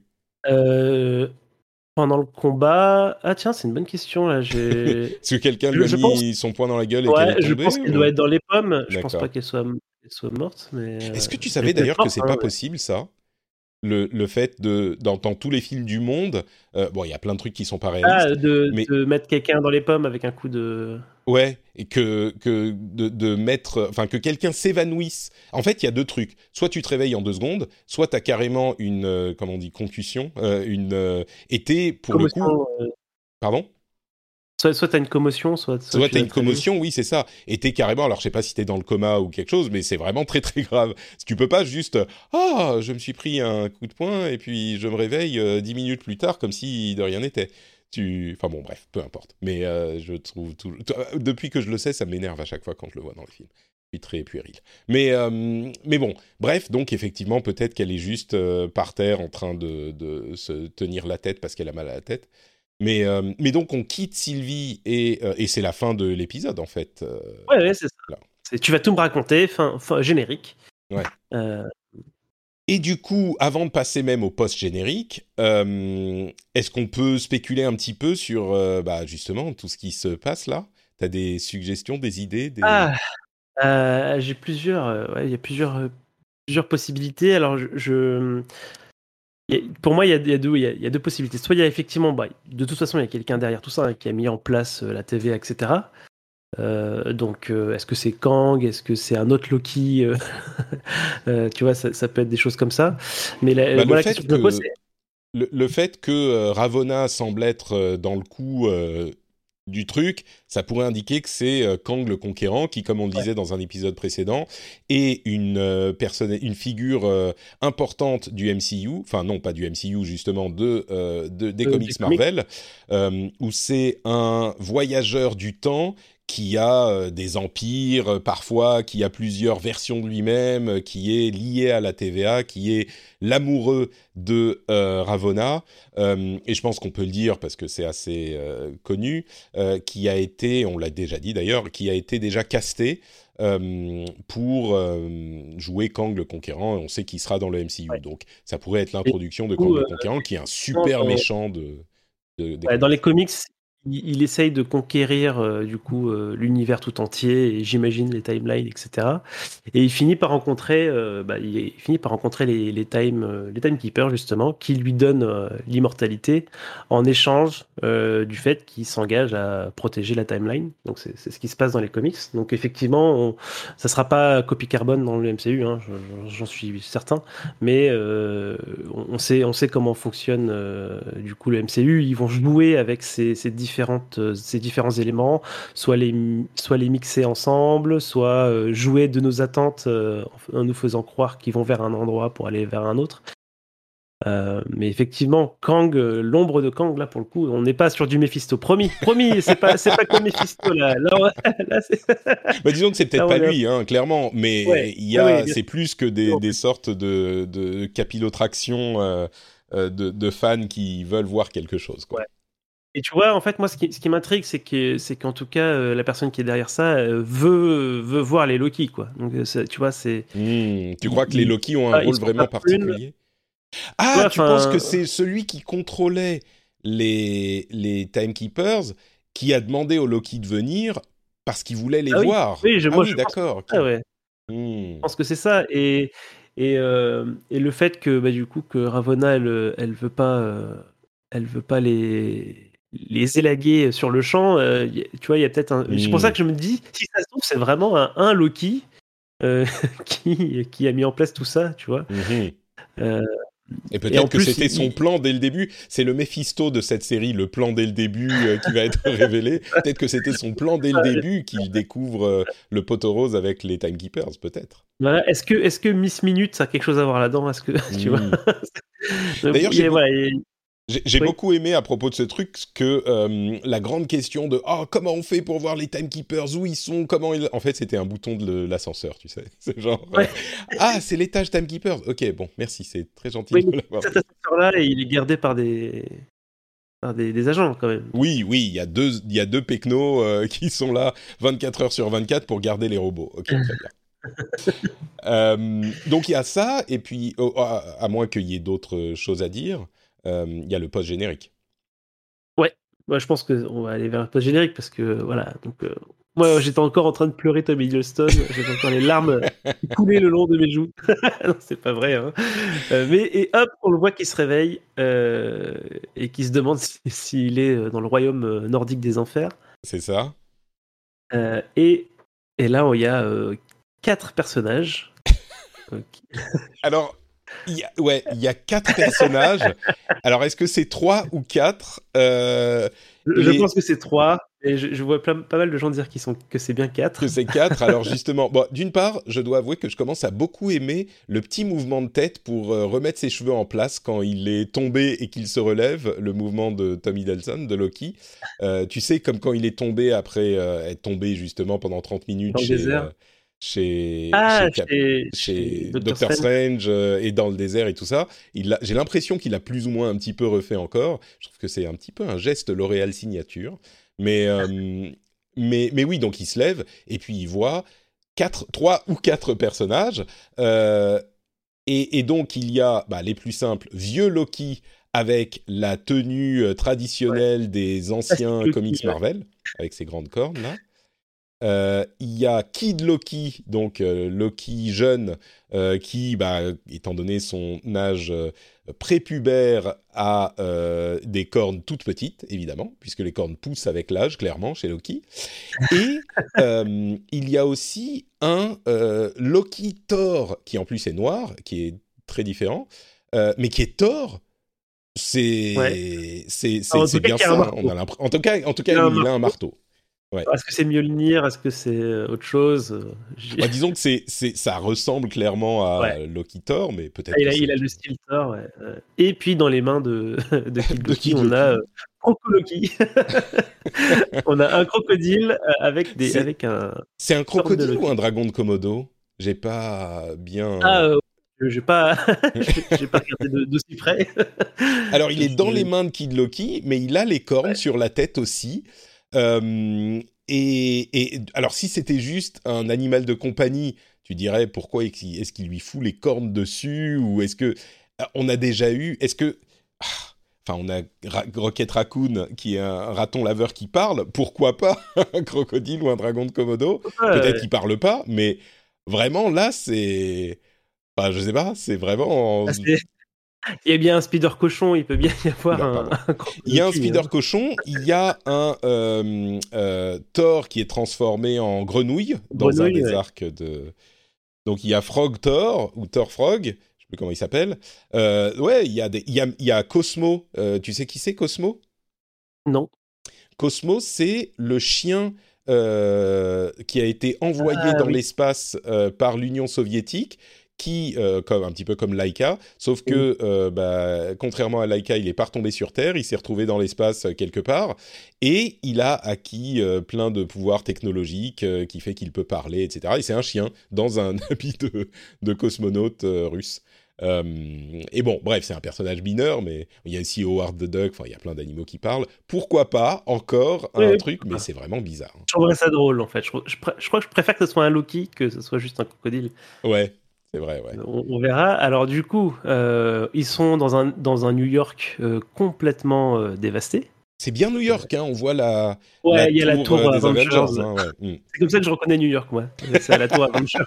Euh, pendant le combat... Ah tiens, c'est une bonne question, là. J'ai... Est-ce que quelqu'un Je- lui a je mis pense- son poing dans la gueule et Ouais, qu'elle est je tombée pense qu'elle ou... doit être dans les pommes. Je pense D'accord. pas qu'elle soit, qu'elle soit morte, mais... euh, Est-ce que tu elle savais est peut-être d'ailleurs que morte, c'est hein, pas mais- possible, ça ? Le, le fait de... Dans, dans tous les films du monde... euh, bon, il y a plein de trucs qui sont pas réalistes, Ah, de, mais... de mettre quelqu'un dans les pommes avec un coup de... Ouais, et que, que de, de mettre... Enfin, que quelqu'un s'évanouisse. En fait, il y a deux trucs. Soit tu te réveilles en deux secondes, soit t'as carrément une... Euh, comment on dit ? Concussion. Euh, une... Euh, et t'es, pour commotion. le coup... euh, Pardon ? Soit, soit t'as une commotion, soit... Soit tu t'as dois une te réveiller. commotion, oui, c'est ça. Et t'es carrément, alors je sais pas si t'es dans le coma ou quelque chose, mais c'est vraiment très très grave. Tu peux pas juste, ah, je me suis pris un coup de poing et puis je me réveille euh, dix minutes plus tard comme si de rien n'était. Tu, enfin bon, bref, peu importe. Mais euh, je trouve tout, depuis que je le sais, ça m'énerve à chaque fois quand je le vois dans les films. Je suis très puéril. Mais euh, mais bon, bref, donc effectivement, peut-être qu'elle est juste euh, par terre en train de de se tenir la tête parce qu'elle a mal à la tête. Mais, euh, mais donc, on quitte Sylvie et, euh, et c'est la fin de l'épisode, en fait. Euh, Ouais, ouais, c'est ça. là. C'est, tu vas tout me raconter, fin, fin générique. Ouais. Euh, Et du coup, avant de passer même au post-générique, euh, est-ce qu'on peut spéculer un petit peu sur, euh, bah, justement, tout ce qui se passe là ? T'as des suggestions, des idées des... Ah, euh, j'ai plusieurs... euh, ouais, il y a plusieurs, euh, plusieurs possibilités. Alors, je... je- il y a- pour moi, il y a, il y a deux, il y a, il y a deux possibilités. Soit il y a effectivement... Bah, de toute façon, il y a quelqu'un derrière tout ça hein, qui a mis en place euh, la T V A, et cetera. Euh, donc, euh, est-ce que c'est Kang ? Est-ce que c'est un autre Loki ? euh, euh, Tu vois, ça, ça peut être des choses comme ça. Mais la, Bah, moi, le la fait question que je me pose, que- c'est... Le, le fait que euh, Ravonna semble être euh, dans le coup euh, du truc, ça pourrait indiquer que c'est euh, Kang le Conquérant qui, comme on le disait dans un épisode précédent, est une, euh, personne, une figure euh, importante du M C U, enfin non pas du M C U justement, de, euh, de, des Euh, comics des comics. Marvel, euh, où c'est un voyageur du temps qui a euh, des empires euh, parfois, qui a plusieurs versions de lui-même, euh, qui est lié à la T V A, qui est l'amoureux de euh, Ravonna, euh, et je pense qu'on peut le dire parce que c'est assez euh, connu, euh, qui a été, on l'a déjà dit d'ailleurs, qui a été déjà casté euh, pour euh, jouer Kang le Conquérant, et on sait qu'il sera dans le M C U, Ouais. donc ça pourrait être l'introduction de coup, Kang le euh, Conquérant, qui est un super dans- méchant de... de des Ouais, dans les comics. comics, il, il essaye de conquérir euh, du coup euh, l'univers tout entier et j'imagine les timelines, et cetera. Et il finit par rencontrer, euh, bah, il, il finit par rencontrer les, les time, euh, les timekeepers justement, qui lui donnent euh, l'immortalité en échange euh, du fait qu'il s'engage à protéger la timeline. Donc c'est, c'est ce qui se passe dans les comics. Donc effectivement, on, ça sera pas copie carbone dans le M C U, hein, je- j'en suis certain. Mais euh, on, on sait, on sait comment fonctionne euh, du coup le M C U. Ils vont jouer avec ces, ces différentes, euh, ces différents éléments, soit les, mi- soit les mixer ensemble, soit euh, jouer de nos attentes euh, en, en nous faisant croire qu'ils vont vers un endroit pour aller vers un autre. Euh, mais effectivement, Kang, euh, l'ombre de Kang, là pour le coup, on n'est pas sur du Mephisto. Promis, promis, c'est pas, c'est pas comme Mephisto là. Là, on- là, c'est... Bah, disons que c'est peut-être Ah, pas ouais, lui, hein, clairement, mais Ouais, il y a, ouais, ouais, bien c'est plus que des, sûr. des sortes de, de capillotractions euh, euh, de, de fans qui veulent voir quelque chose, quoi. Ouais. et tu vois, en fait, moi, ce qui, ce qui m'intrigue, c'est que, c'est qu'en tout cas, euh, la personne qui est derrière ça euh, veut, veut voir les Loki, quoi. Donc, euh, c'est- tu vois, c'est. Hmm, tu ils- crois que les ils- Loki ont un ah, ils rôle sont vraiment pas prunes. particulier? Ah, Ouais, tu penses que enfin, c'est celui qui contrôlait les, les Timekeepers qui a demandé aux Loki de venir parce qu'il voulait les ah oui, voir. oui, je, Ah moi, oui, je pense que d'accord, c'est ok. ça, ouais. Hmm. Je pense que c'est ça. Et, et, euh, et le fait que, bah, du coup, que Ravonna, elle, elle veut pas, euh, elle veut pas les, les élaguer sur le champ. euh, y- tu vois, il y a peut-être un. C'est pour ça Hmm. que je me dis, si ça se trouve, c'est vraiment un, un Loki euh, qui, qui a mis en place tout ça, tu vois. Mhm. Euh, Et et en peut-être que plus, c'était il, son il- plan dès le début. C'est le Méphisto de cette série, le plan dès le début euh, qui va être révélé. Peut-être que c'était son plan dès le début qu'il découvre euh, le poteau rose avec les Timekeepers, peut-être. voilà. Est-ce que, est-ce que Miss Minute, ça a quelque chose à voir là-dedans? Est-ce que, tu vois? Hmm. Donc, D'ailleurs, il j'ai y a- beaucoup voilà, il- J'ai j'ai oui. beaucoup aimé à propos de ce truc que euh, la grande question de oh, comment on fait pour voir les timekeepers, où ils sont, comment ils... En fait, c'était un bouton de le- l'ascenseur, tu sais. C'est genre euh, Ouais. ah, c'est l'étage timekeepers. Ok, bon, merci, c'est très gentil Oui, de mais l'avoir cet dit. ascenseur-là, il est gardé par des, par des, des agents quand même. Oui, oui, il y a deux, il y a deux pecnos euh, qui sont là vingt-quatre heures sur vingt-quatre pour garder les robots. Ok, très bien. Euh, donc il y a ça, et puis oh, à, à moins qu'il y ait d'autres choses à dire, euh, il y a le post générique. Ouais, moi, je pense qu'on va aller vers le post-générique parce que voilà. Donc, euh, moi, j'étais encore en train de pleurer Tom Hiddleston. J'avais encore les larmes qui coulaient le long de mes joues. Non, c'est pas vrai. Hein. Euh, mais et hop, on le voit qui se réveille euh, et qui se demande si- s'il est dans le royaume euh, nordique des enfers. C'est ça. Euh, et, et là, il y a euh, quatre personnages. euh, qui- Alors, il y a, ouais, il y a quatre personnages. Alors, est-ce que c'est trois ou quatre euh, Je, je les... pense que c'est trois. Et je, je vois plein, pas mal de gens dire qu'ils sont, que c'est bien quatre. Que c'est quatre. Alors, justement, bon, d'une part, je dois avouer que je commence à beaucoup aimer le petit mouvement de tête pour euh, remettre ses cheveux en place quand il est tombé et qu'il se relève, le mouvement de Tom Hiddleston, de Loki. Euh, tu sais, comme quand il est tombé après euh, être tombé justement pendant trente minutes Dans le chez... désert. euh, chez, Ah, chez, Cap- chez, chez chez Doctor Doctor Strange. Strange euh, et dans le désert et tout ça. Il a, j'ai l'impression qu'il a plus ou moins un petit peu refait encore. Je trouve que c'est un petit peu un geste L'Oréal signature. Mais, euh, mais, mais oui, donc il se lève et puis il voit quatre, trois ou quatre personnages. Euh, et, et donc il y a bah, les plus simples, vieux Loki avec la tenue euh, traditionnelle Ouais. des anciens Loki, comics ouais. Marvel, avec ses grandes cornes là. Euh, il y a Kid Loki, donc euh, Loki jeune, euh, qui, bah, étant donné son âge euh, prépubère, a euh, des cornes toutes petites, évidemment, puisque les cornes poussent avec l'âge, clairement, chez Loki. Et euh, il y a aussi un euh, Loki Thor, qui en plus est noir, qui est très différent, euh, mais qui est Thor. C'est, Ouais. c'est, c'est, Ah, en c'est tout cas, bien qui a un ça. marteau. On a l'impression. En tout cas, en tout cas, Il a un il a un marteau. Ouais. Est-ce que c'est Mjolnir? Est-ce que c'est euh, autre chose? Euh, j'ai- Bah, disons que c'est, c'est, ça ressemble clairement à Ouais. Loki Thor, mais peut-être Ah, il que a, c'est il a autre le chose. style Thor, ouais. euh. Et puis dans les mains de, de Kid De Loki, Kid on a Loki. euh, Croco Loki. On a un crocodile euh, avec, des, C'est, avec un c'est un forme de crocodile ou Loki. un dragon de Komodo? J'ai pas bien... Ah, euh, je j'ai pas, j'ai j'ai pas regardé de- d'aussi près. Alors, il est dans les Je- mains de Kid Loki, mais il a les cornes Ouais. sur la tête aussi. Euh, et, et alors, si c'était juste un animal de compagnie, tu dirais pourquoi est-ce qu'il, est-ce qu'il lui fout les cornes dessus? Ou est-ce que... On a déjà eu... Est-ce que... Ah, enfin, on a Ra- Rocket Raccoon, qui est un raton laveur qui parle. Pourquoi pas un crocodile ou un dragon de Komodo? Ouais, Peut-être qu'il parle pas, mais vraiment, là, c'est... Enfin, je sais pas, c'est vraiment... ah, c'est- il y a bien un speeder cochon, il peut bien y avoir Oula, un, pardon. un Croco Il y a un Loki, speeder hein. cochon, il y a un euh, euh, Thor qui est transformé en grenouille dans un Grenouille, des ouais. arcs de... Donc il y a Frog Thor, ou Thor Frog, je sais plus comment il s'appelle. Euh, ouais, il y a, des, il y a, il y a Cosmo, euh, tu sais qui c'est Cosmo? Non. Cosmo, c'est le chien euh, qui a été envoyé Ah, dans oui. l'espace euh, par l'Union soviétique, qui, euh, comme, un petit peu comme Laika, sauf que, euh, bah, contrairement à Laika, il n'est pas retombé sur Terre, il s'est retrouvé dans l'espace euh, quelque part, et il a acquis euh, plein de pouvoirs technologiques euh, qui fait qu'il peut parler, et cetera. Et c'est un chien dans un habit de, de cosmonaute euh, russe. Euh, et bon, bref, c'est un personnage mineur, mais il y a aussi Howard the Duck, enfin, il y a plein d'animaux qui parlent. Pourquoi pas, encore, un Oui, truc, mais c'est vraiment bizarre. Je trouverais ça drôle, en fait. Je, je, pr- je crois que je préfère que ce soit un Loki que ce soit juste un crocodile. Ouais, c'est vrai, ouais. On, on verra. Alors, du coup, euh, ils sont dans un, dans un New York euh, complètement euh, dévasté. C'est bien New York, hein, on voit la, Ouais, la il y a la tour euh, des Avengers. Avengers. Hein, ouais. Mm. C'est comme ça que je reconnais New York, moi. C'est à la tour Avengers.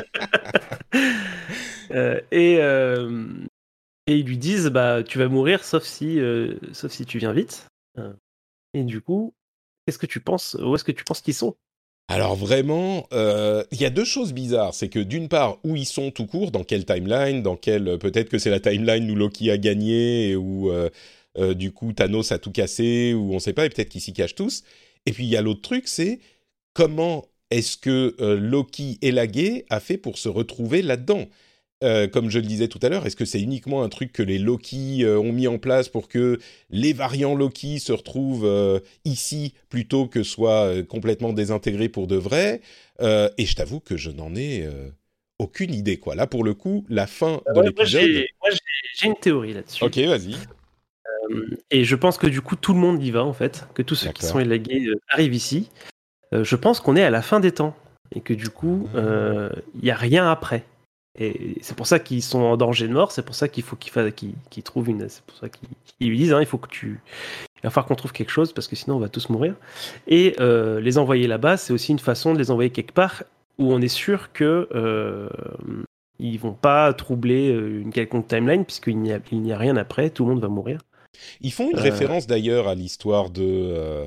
euh, et, euh, et ils lui disent, bah, tu vas mourir, sauf si, euh, sauf si tu viens vite. Euh, Et du coup, qu'est-ce que tu penses? Où est-ce que tu penses qu'ils sont? Alors vraiment, euh, il y a deux choses bizarres. C'est que d'une part, où ils sont tout court, dans quelle timeline, dans quelle... Peut-être que c'est la timeline où Loki a gagné, et où euh, euh, du coup Thanos a tout cassé, ou on sait pas, et peut-être qu'ils s'y cachent tous. Et puis il y a l'autre truc, c'est comment est-ce que euh, Loki élagué a fait pour se retrouver là-dedans? Euh, comme je le disais tout à l'heure, est-ce que c'est uniquement un truc que les Loki euh, ont mis en place pour que les variants Loki se retrouvent euh, ici plutôt que soient euh, complètement désintégrés pour de vrai? euh, Et je t'avoue que je n'en ai euh, aucune idée, quoi. Là, pour le coup, la fin de Ouais, moi, l'épisode... j'ai, moi, j'ai, j'ai une théorie là-dessus. Ok, vas-y. Euh, et je pense que du coup, tout le monde y va, en fait. Que tous ceux qui D'accord. sont élagués euh, arrivent ici. Euh, je pense qu'on est à la fin des temps. Et que du coup, euh, il n'y a rien après. Et c'est pour ça qu'ils sont en danger de mort. C'est pour ça qu'il faut qu'ils, fa- qu'ils, qu'ils trouvent une. C'est pour ça qu'ils, qu'ils lui disent hein, il faut que tu. Il va falloir qu'on trouve quelque chose parce que sinon on va tous mourir. Et euh, les envoyer là-bas, c'est aussi une façon de les envoyer quelque part où on est sûr que euh, ils vont pas troubler une quelconque timeline puisqu'il n'y a, il n'y a rien après. Tout le monde va mourir. Ils font une Euh, référence d'ailleurs à l'histoire de euh,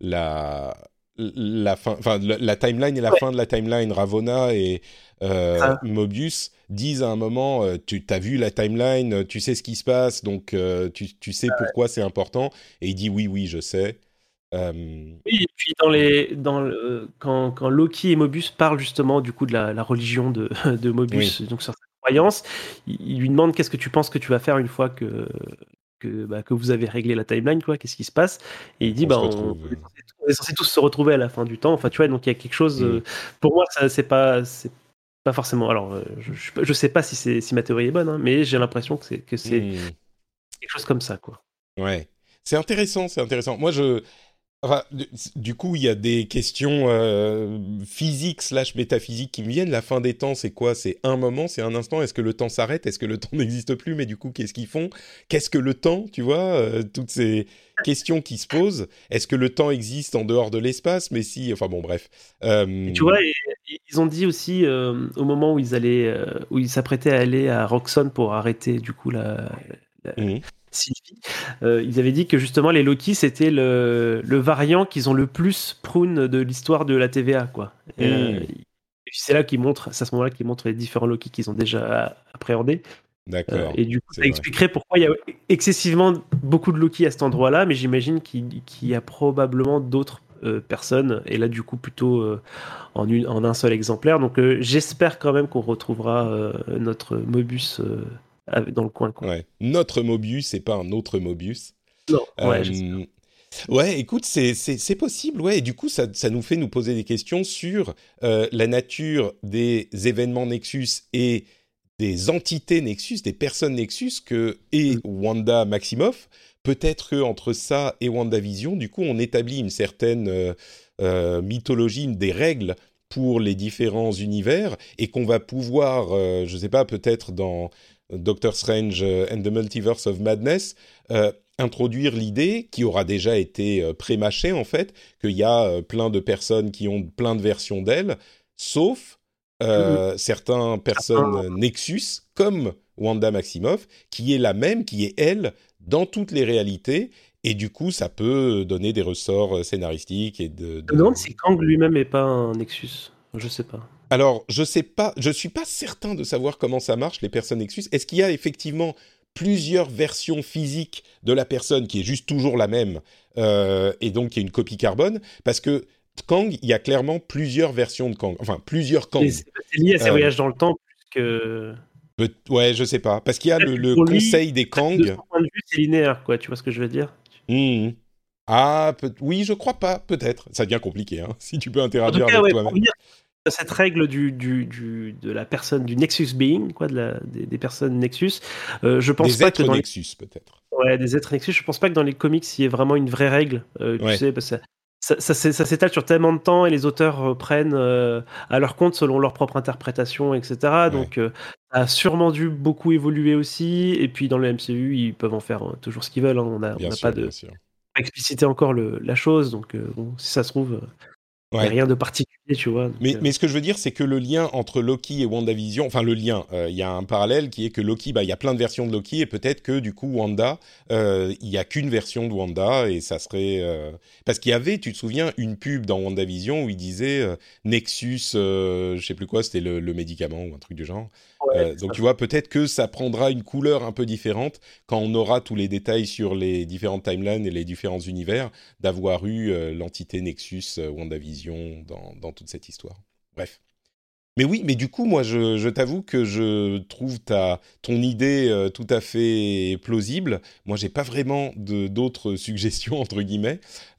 la la fin, enfin la, la timeline et la Ouais. fin de la timeline. Ravonna et euh, Ah. Mobius disent à un moment, euh, tu as vu la timeline, tu sais ce qui se passe, donc euh, tu, tu sais pourquoi c'est important. Et il dit oui, oui, je sais. Euh, Oui, et puis dans les, dans le, quand, quand Loki et Mobius parlent justement du coup de la, la religion de, de Mobius, donc sur sa croyance, il, il lui demande qu'est-ce que tu penses que tu vas faire une fois que, que, bah, que vous avez réglé la timeline, quoi, qu'est-ce qui se passe? Et il dit, On bah, se on, retrouve, on est censé, on est censés tous se retrouver à la fin du temps. Enfin, tu vois, donc il y a quelque chose. Mm. euh, pour moi, ça, c'est pas, c'est pas forcément. Alors, euh, je, je, je sais pas si, c'est, si ma théorie est bonne, hein, mais j'ai l'impression que c'est, que c'est Mm. quelque chose comme ça, quoi. Ouais, c'est intéressant, c'est intéressant. Moi, je Enfin, du, du coup, il y a des questions euh, physiques slash métaphysiques qui me viennent. La fin des temps, c'est quoi? C'est un moment, c'est un instant. Est-ce que le temps s'arrête? Est-ce que le temps n'existe plus? Mais du coup, qu'est-ce qu'ils font? Qu'est-ce que le temps? Tu vois, euh, toutes ces questions qui se posent. Est-ce que le temps existe en dehors de l'espace? Mais si, enfin bon, bref. Euh... Et tu vois, et- et ils ont dit aussi euh, au moment où ils allaient, euh, où ils s'apprêtaient à aller à Roxxon pour arrêter du coup la, la Mhm. Sylvie, euh, ils avaient dit que justement les Loki c'était le, le variant qu'ils ont le plus prune de l'histoire de la T V A, quoi. Et, euh, Mhm. et puis c'est là qu'ils montrent, c'est à ce moment-là qu'ils montrent les différents Loki qu'ils ont déjà appréhendés. Euh, D'accord. et du coup, C'est ça vrai. expliquerait pourquoi il y a excessivement beaucoup de Loki à cet endroit-là, mais j'imagine qu'il, qu'il y a probablement d'autres euh, personnes, et là du coup plutôt euh, en, une, en un seul exemplaire. Donc euh, j'espère quand même qu'on retrouvera euh, notre Mobius euh, avec- dans le coin, quoi. Ouais. Notre Mobius et pas un autre Mobius. Non, ouais, Euh, j'espère. Ouais, écoute, c'est, c'est, c'est possible, ouais. Et du coup, ça, ça nous fait nous poser des questions sur euh, la nature des événements Nexus et des entités Nexus, des personnes Nexus que est Wanda Maximoff. Peut-être que entre ça et WandaVision, du coup, on établit une certaine euh, euh, mythologie, des règles pour les différents univers et qu'on va pouvoir, euh, je sais pas, peut-être dans Doctor Strange and the Multiverse of Madness, euh, introduire l'idée qui aura déjà été euh, pré-mâchée en fait, qu'il y a euh, plein de personnes qui ont plein de versions d'elles, sauf euh, certaines personnes euh, Nexus comme Wanda Maximoff, qui est la même, qui est elle dans toutes les réalités, et du coup ça peut donner des ressorts euh, scénaristiques et de. de... Je me demande si Kang lui-même est pas un Nexus. Je sais pas. Alors je sais pas, je suis pas certain de savoir comment ça marche les personnes Nexus. Est-ce qu'il y a effectivement plusieurs versions physiques de la personne qui est juste toujours la même euh, et donc qui est une copie carbone? Parce que Kang, il y a clairement plusieurs versions de Kang, enfin plusieurs Kang. Et c'est, c'est lié à ses Euh, voyages dans le temps plus que. Peut- ouais, je sais pas, parce qu'il y a le, le Pour lui, conseil des De Kang. son point de vue, c'est linéaire, quoi. Tu vois ce que je veux dire? Mmh. Ah, peut- oui, je crois pas, peut-être. Ça devient compliqué, hein, si tu peux En tout interagir cas, avec ouais, toi-même. pour venir, cette règle du, du, du, de la personne, du Nexus Being, quoi, de la, des, des personnes Nexus. Euh, je pense des pas êtres que dans Nexus, les... peut-être. Ouais, des êtres Nexus. Je pense pas que dans les comics il y ait vraiment une vraie règle. Euh, Ouais. Tu sais, parce que ça, ça, ça, ça s'étale sur tellement de temps et les auteurs euh, prennent euh, à leur compte selon leur propre interprétation, et cetera. Ouais. Donc, euh, ça a sûrement dû beaucoup évoluer aussi. Et puis dans le M C U, ils peuvent en faire euh, toujours ce qu'ils veulent. Hein. On n'a Bien on n'a sûr, pas de bien sûr. explicité encore le, la chose. Donc, euh, bon, si ça se trouve, il n'y a Ouais. rien de particulier, tu vois. Donc, Mais, euh, mais ce que je veux dire, c'est que le lien entre Loki et WandaVision, enfin le lien, il euh, y a un parallèle qui est que Loki, bah il y a plein de versions de Loki et peut-être que du coup Wanda, il euh, y a qu'une version de Wanda et ça serait euh... parce qu'il y avait, tu te souviens, une pub dans WandaVision où il disait euh, Nexus, euh, je sais plus quoi, c'était le, le médicament ou un truc du genre. ouais, Euh, donc tu vois, peut-être que ça prendra une couleur un peu différente quand on aura tous les détails sur les différentes timelines et les différents univers, d'avoir eu euh, l'entité Nexus, euh, WandaVision dans, dans toute cette histoire. Bref. Mais oui, mais du coup, moi, je, je t'avoue que je trouve ta, ton idée euh, tout à fait plausible. Moi, j'ai pas vraiment de, d'autres suggestions, entre guillemets.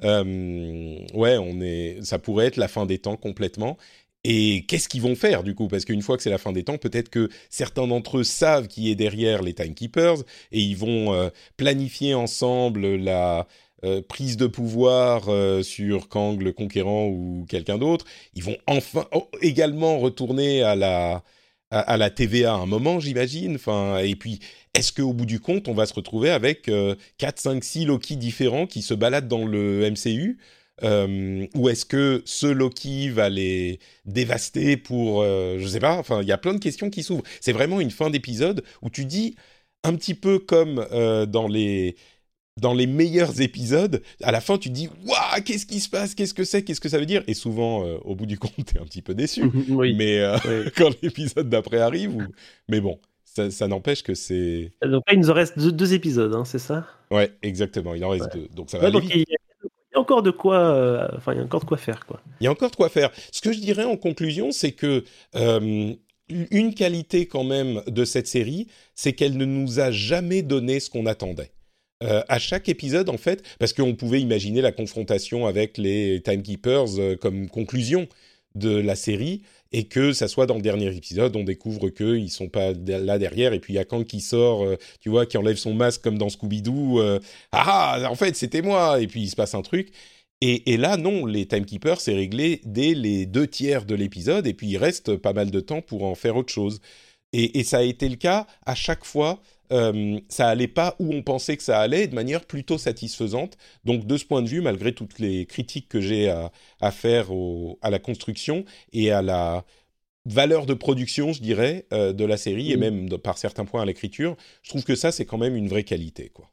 Euh, ouais, on est, ça pourrait être la fin des temps complètement. Et qu'est-ce qu'ils vont faire du coup ? Parce qu'une fois que c'est la fin des temps, peut-être que certains d'entre eux savent qui est derrière les Timekeepers et ils vont euh, planifier ensemble la euh, prise de pouvoir euh, sur Kang le Conquérant ou quelqu'un d'autre. Ils vont enfin oh, également retourner à la à, à la T V A à un moment, j'imagine. Enfin, et puis, est-ce qu'au bout du compte, on va se retrouver avec euh, quatre, cinq, six Loki différents qui se baladent dans le M C U ? Euh, ou est-ce que ce Loki va les dévaster pour, euh, je sais pas, enfin, il y a plein de questions qui s'ouvrent. C'est vraiment une fin d'épisode où tu dis, un petit peu comme euh, dans les dans les meilleurs épisodes, à la fin tu dis, waouh, qu'est-ce qui se passe, qu'est-ce que c'est, qu'est-ce que ça veut dire ? Et souvent, euh, au bout du compte, t'es un petit peu déçu. oui. Mais euh, oui. quand l'épisode d'après arrive, ou... mais bon, ça, ça n'empêche que c'est. Donc là, il nous en reste deux, deux épisodes, hein, c'est ça ? Ouais, exactement. Il en reste Ouais. deux, donc ça va Ouais, aller donc vite. il y a il y a encore de quoi, euh, enfin, il y a encore de quoi faire, quoi. Il y a encore de quoi faire. Ce que je dirais en conclusion, c'est que euh, une qualité quand même de cette série, c'est qu'elle ne nous a jamais donné ce qu'on attendait. Euh, à chaque épisode, en fait, parce qu'on pouvait imaginer la confrontation avec les Timekeepers euh, comme conclusion de la série, et que ça soit dans le dernier épisode, on découvre qu'ils ne sont pas là derrière, et puis il y a Kang qui sort, euh, tu vois, qui enlève son masque comme dans Scooby-Doo, euh, ah, en fait, c'était moi, et puis il se passe un truc. Et, et là, non, les Timekeepers, c'est réglé dès les deux tiers de l'épisode, et puis il reste pas mal de temps pour en faire autre chose. Et, et ça a été le cas à chaque fois. Euh, ça allait pas où on pensait que ça allait, de manière plutôt satisfaisante. Donc, de ce point de vue, malgré toutes les critiques que j'ai à, à faire au, à la construction et à la valeur de production, je dirais, euh, de la série, mmh. et même de, par certains points à l'écriture, je trouve que ça, c'est quand même une vraie qualité, quoi.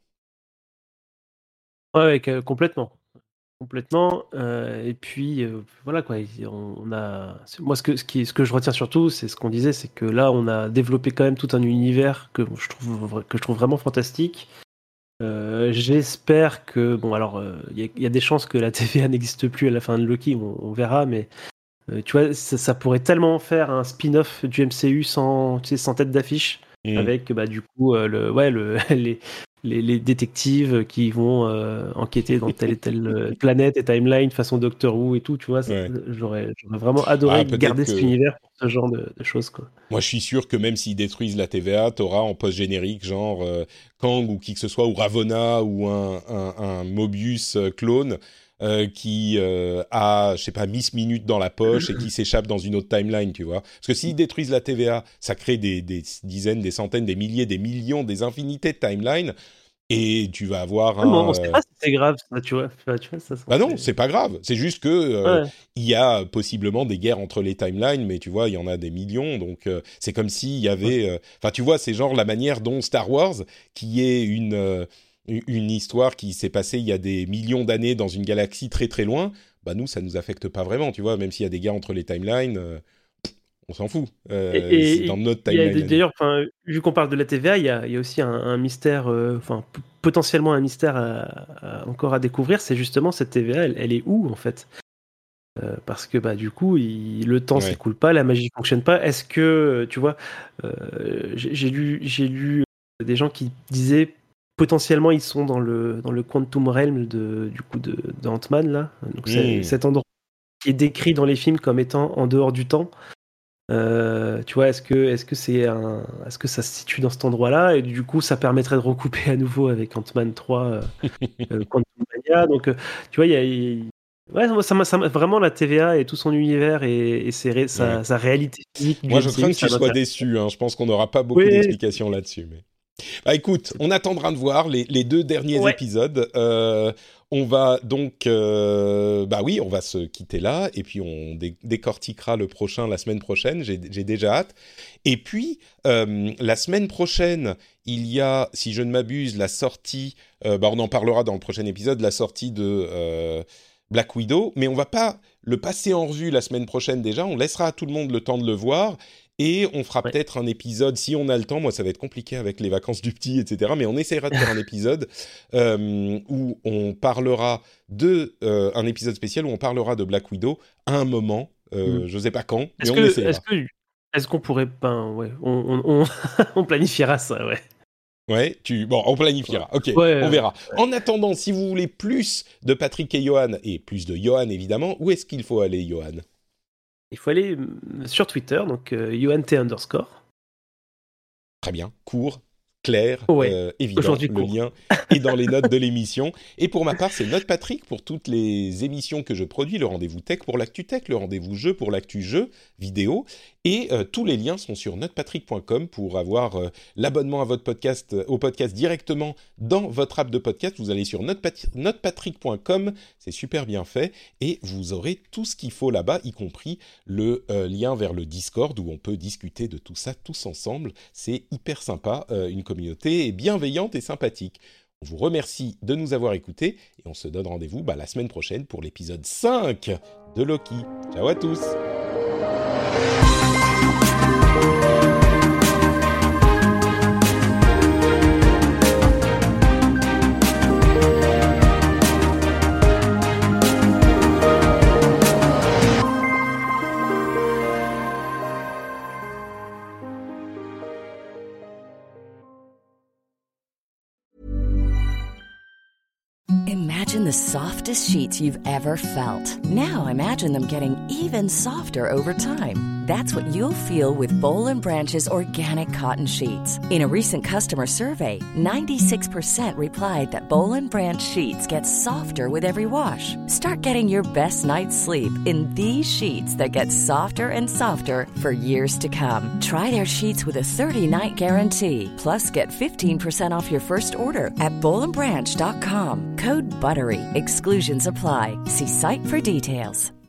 Ouais, ouais, complètement. Complètement. Euh, et puis, euh, voilà, quoi. On, on a... Moi, ce que, ce, qui, ce que je retiens surtout, c'est ce qu'on disait, c'est que là, on a développé quand même tout un univers que je trouve, que je trouve vraiment fantastique. Euh, j'espère que... Bon, alors, il euh, y, y a des chances que la T V A n'existe plus à la fin de Loki, on, on verra, mais... Euh, tu vois, ça, ça pourrait tellement faire un spin-off du M C U sans, tu sais, sans tête d'affiche, mmh. avec, bah, du coup, euh, le, ouais, le, les... Les, les détectives qui vont euh, enquêter dans telle et telle planète et timeline façon Doctor Who et tout, tu vois, ça, ouais. j'aurais, j'aurais vraiment adoré ah, garder que... cet univers pour ce genre de, de choses, quoi. Moi, je suis sûr que même s'ils détruisent la T V A, t'auras en post-générique genre euh, Kang ou qui que ce soit, ou Ravonna ou un, un, un Mobius clone euh, qui euh, a, je sais pas, Miss Minute dans la poche et qui s'échappe dans une autre timeline, tu vois. Parce que s'ils détruisent la T V A, ça crée des, des dizaines, des centaines, des milliers, des millions, des infinités de timelines. Et tu vas avoir un... Non, on sait pas si c'est grave, ça, tu vois. Tu vois ça, ça, bah non, c'est pas grave. C'est juste que euh, ouais. il y a possiblement des guerres entre les timelines, mais tu vois, il y en a des millions. Donc, euh, c'est comme s'il y avait... Enfin, euh, tu vois, c'est genre la manière dont Star Wars, qui est une, euh, une histoire qui s'est passée il y a des millions d'années dans une galaxie très très loin, bah nous, ça nous affecte pas vraiment, tu vois. Même s'il y a des guerres entre les timelines... Euh, on s'en fout. Euh, et, c'est dans notre timeline. D'ailleurs, vu qu'on parle de la T V A, il y a, y a aussi un, un mystère, enfin euh, p- potentiellement un mystère à, à, encore à découvrir. C'est justement cette T V A, elle, elle est où en fait euh, Parce que bah du coup, il, le temps ouais. s'écoule pas, la magie fonctionne pas. Est-ce que tu vois euh, j'ai, j'ai lu, j'ai lu des gens qui disaient potentiellement ils sont dans le dans le Quantum Realm de du coup de, de Ant-Man là. Donc c'est mmh. cet endroit qui est décrit dans les films comme étant en dehors du temps. Euh, tu vois, est-ce que, est-ce que c'est un, est-ce que ça se situe dans cet endroit-là et du coup, ça permettrait de recouper à nouveau avec Ant-Man trois, euh, euh, Quantum Mania. Donc, euh, tu vois, il y a, il... ouais, moi, ça m'a, ça m'a vraiment la T V A et tout son univers et, et ses ré... sa, Ouais. sa réalité physique. Moi, je M C U, crains que ça tu sois m'intéresse. déçu. Hein. Je pense qu'on n'aura pas beaucoup Oui. d'explications là-dessus. Mais... Bah écoute, on attendra de voir les, les deux derniers Ouais. épisodes. Euh, on va donc, euh, bah oui, on va se quitter là et puis on dé- décortiquera le prochain la semaine prochaine. J'ai, j'ai déjà hâte. Et puis euh, la semaine prochaine, il y a, si je ne m'abuse, la sortie. Euh, bah on en parlera dans le prochain épisode, la sortie de euh, Black Widow. Mais on va pas le passer en revue la semaine prochaine déjà. On laissera à tout le monde le temps de le voir. Et on fera Ouais. peut-être un épisode, si on a le temps, moi ça va être compliqué avec les vacances du petit, et cetera. Mais on essaiera de faire un épisode euh, où on parlera de... Euh, un épisode spécial où on parlera de Black Widow à un moment, euh, Mm. je sais pas quand, mais Est-ce on que, essaiera. est-ce que, est-ce qu'on pourrait, ben, ouais, on, on, on, on planifiera ça, ouais. Ouais, tu... bon, on planifiera, ok, Ouais, on ouais, verra. En attendant, si vous voulez plus de Patrick et Johan, et plus de Johan évidemment, où est-ce qu'il faut aller, Johan ? Il faut aller mm, sur Twitter, donc euh, U N T underscore. Très bien, court, clair, Ouais, euh, évident. aujourd'hui Le court. lien est dans les notes de l'émission. Et pour ma part, c'est Note Patrick pour toutes les émissions que je produis, le rendez-vous tech pour l'actu tech, le rendez-vous jeu pour l'actu jeu vidéo. Et euh, tous les liens sont sur notepatrick point com pour avoir euh, l'abonnement à votre podcast, euh, au podcast directement dans votre app de podcast. Vous allez sur notepatrick point com, c'est super bien fait. Et vous aurez tout ce qu'il faut là-bas, y compris le euh, lien vers le Discord où on peut discuter de tout ça tous ensemble. C'est hyper sympa, euh, une communauté bienveillante et sympathique. On vous remercie de nous avoir écoutés et on se donne rendez-vous bah, la semaine prochaine pour l'épisode cinq de Loki. Ciao à tous! Imagine the softest sheets you've ever felt. Now imagine them getting even softer over time. That's what you'll feel with Boll and Branch's organic cotton sheets. In a recent customer survey, ninety-six percent replied that Boll and Branch sheets get softer with every wash. Start getting your best night's sleep in these sheets that get softer and softer for years to come. Try their sheets with a thirty-night guarantee. Plus, get fifteen percent off your first order at boll and branch dot com. Code BUTTERY. Exclusions apply. See site for details.